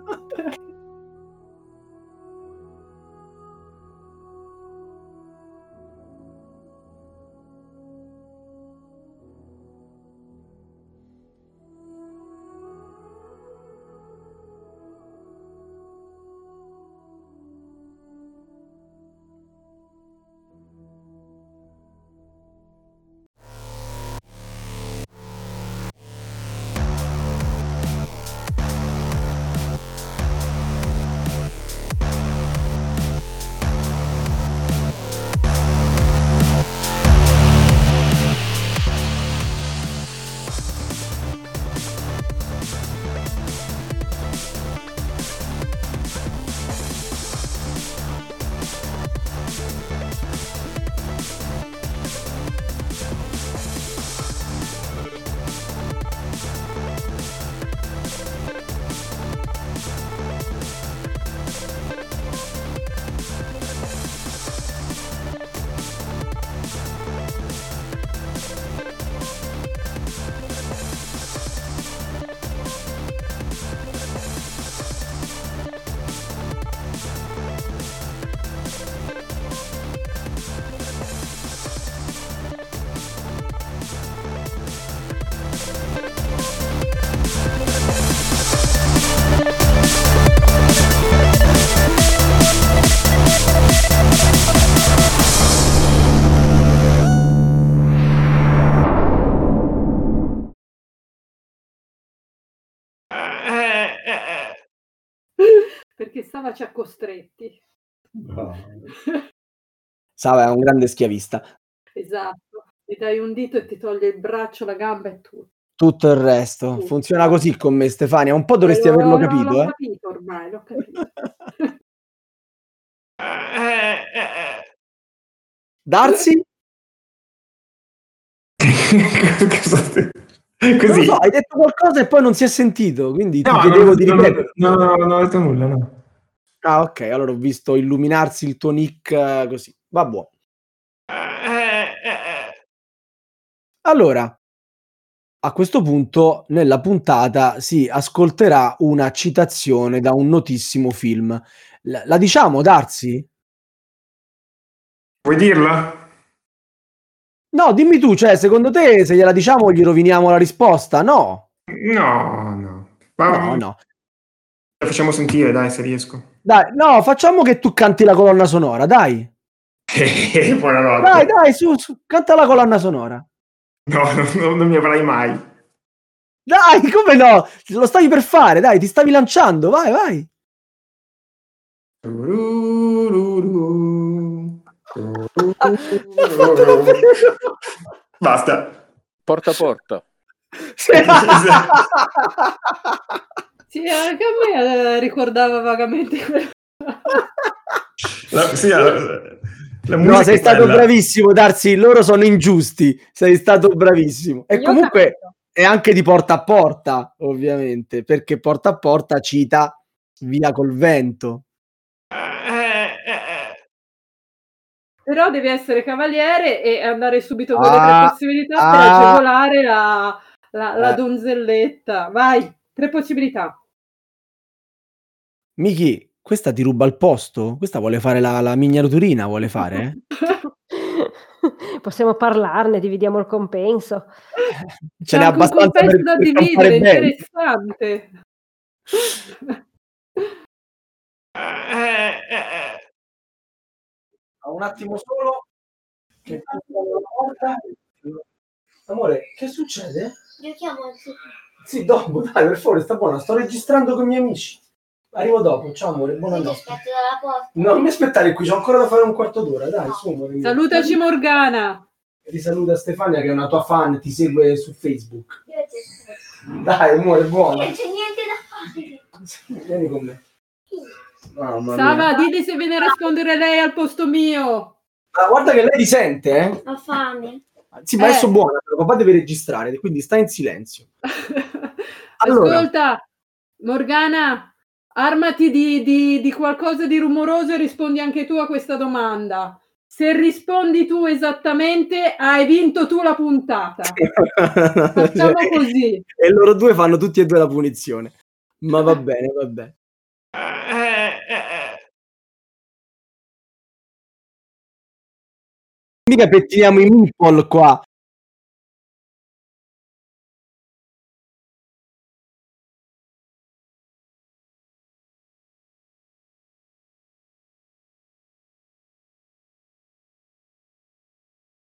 [SPEAKER 4] Perché Sava ci ha costretti.
[SPEAKER 1] Sava è un grande schiavista.
[SPEAKER 4] Esatto. Ti dai un dito e ti toglie il braccio, la gamba e tutto.
[SPEAKER 1] Tutto il resto.
[SPEAKER 4] Tutto.
[SPEAKER 1] Funziona così con me, Stefania. Un po' dovresti
[SPEAKER 4] Eh,
[SPEAKER 1] averlo
[SPEAKER 4] l'ho-
[SPEAKER 1] capito,
[SPEAKER 4] l'ho
[SPEAKER 1] eh.
[SPEAKER 4] capito ormai, l'ho capito.
[SPEAKER 1] Darsi?
[SPEAKER 2] Cosa-
[SPEAKER 1] Non lo
[SPEAKER 2] Così.
[SPEAKER 1] so, hai detto qualcosa e poi non si è sentito, quindi ti
[SPEAKER 2] No,
[SPEAKER 1] chiedevo
[SPEAKER 2] non,
[SPEAKER 1] di
[SPEAKER 2] non-
[SPEAKER 1] ripetere.
[SPEAKER 2] no, no, non ho detto nulla, no.
[SPEAKER 1] Ah, ok, allora ho visto illuminarsi il tuo nick eh, così. Va buono. Allora, a questo punto, nella puntata si ascolterà una citazione da un notissimo film. La, la diciamo, Darsi?
[SPEAKER 2] Vuoi dirla?
[SPEAKER 1] No, dimmi tu, cioè, secondo te se gliela diciamo gli roviniamo la risposta? No,
[SPEAKER 2] No, no. Ma
[SPEAKER 1] no, no.
[SPEAKER 2] la facciamo sentire, dai, se riesco.
[SPEAKER 1] Dai, no, facciamo che tu canti la colonna sonora, dai.
[SPEAKER 2] Buonanotte.
[SPEAKER 1] Dai, dai, su, su, canta la colonna sonora.
[SPEAKER 2] No, no, non mi avrai mai.
[SPEAKER 1] Dai, come no? Lo stavi per fare, dai, ti stavi lanciando, vai, vai.
[SPEAKER 2] Basta.
[SPEAKER 5] Porta a porta.
[SPEAKER 1] Sì.
[SPEAKER 4] Sì, anche a me eh, ricordava vagamente quello.
[SPEAKER 2] La, sì, la, la
[SPEAKER 1] no, sei stato
[SPEAKER 2] bella.
[SPEAKER 1] bravissimo, Darsi, loro sono ingiusti, sei stato bravissimo. E
[SPEAKER 3] Io
[SPEAKER 1] comunque
[SPEAKER 3] capito.
[SPEAKER 1] è anche di porta a porta, ovviamente, perché porta a porta cita Via col vento.
[SPEAKER 4] Però devi essere cavaliere e andare subito con le tre
[SPEAKER 1] Ah,
[SPEAKER 4] possibilità per
[SPEAKER 1] ah,
[SPEAKER 4] agevolare la, la, la
[SPEAKER 1] eh.
[SPEAKER 4] donzelletta. Vai, tre possibilità.
[SPEAKER 1] Miki, questa ti ruba il posto? Questa vuole fare la, la miniaturina, vuole fare?
[SPEAKER 3] Possiamo parlarne, dividiamo il compenso.
[SPEAKER 1] Ce
[SPEAKER 4] C'è
[SPEAKER 1] n'è
[SPEAKER 4] anche un
[SPEAKER 1] abbastanza
[SPEAKER 4] compenso
[SPEAKER 1] per,
[SPEAKER 4] da
[SPEAKER 1] per
[SPEAKER 4] dividere,
[SPEAKER 1] campare bene.
[SPEAKER 4] interessante.
[SPEAKER 1] Un attimo solo. Che... Amore, che succede?
[SPEAKER 8] Giochiamo al succo.
[SPEAKER 1] Sì, dopo, dai, per favore, sta buona. Sto registrando con i miei amici. Arrivo dopo. Ciao, amore,
[SPEAKER 8] Ti
[SPEAKER 1] buonanotte.
[SPEAKER 8] aspetto dalla porta.
[SPEAKER 1] Non mi aspettare qui, c'ho ancora da fare un quarto d'ora. Dai, su, amore mio.
[SPEAKER 4] Salutaci Morgana.
[SPEAKER 1] Risaluta Stefania, che è una tua fan, ti segue su Facebook.
[SPEAKER 8] Io ti aspetto.
[SPEAKER 1] Dai, amore, buona.
[SPEAKER 8] Non c'è niente da fare.
[SPEAKER 1] Vieni con me. Mamma
[SPEAKER 4] Sava,
[SPEAKER 1] mia.
[SPEAKER 4] dite se viene a rispondere lei al posto mio.
[SPEAKER 1] Ah, guarda che lei ti sente, eh?
[SPEAKER 8] Ho fame.
[SPEAKER 1] Sì, ma
[SPEAKER 4] Eh.
[SPEAKER 1] adesso buona, però papà deve registrare, quindi stai in silenzio. Allora.
[SPEAKER 4] Ascolta, Morgana, armati di, di, di qualcosa di rumoroso e rispondi anche tu a questa domanda. Se rispondi tu esattamente, hai vinto tu la puntata. Facciamo
[SPEAKER 1] Cioè,
[SPEAKER 4] così.
[SPEAKER 1] e loro due fanno tutti e due la punizione. Ma va bene, va bene. Mica pettiniamo i meatball qua.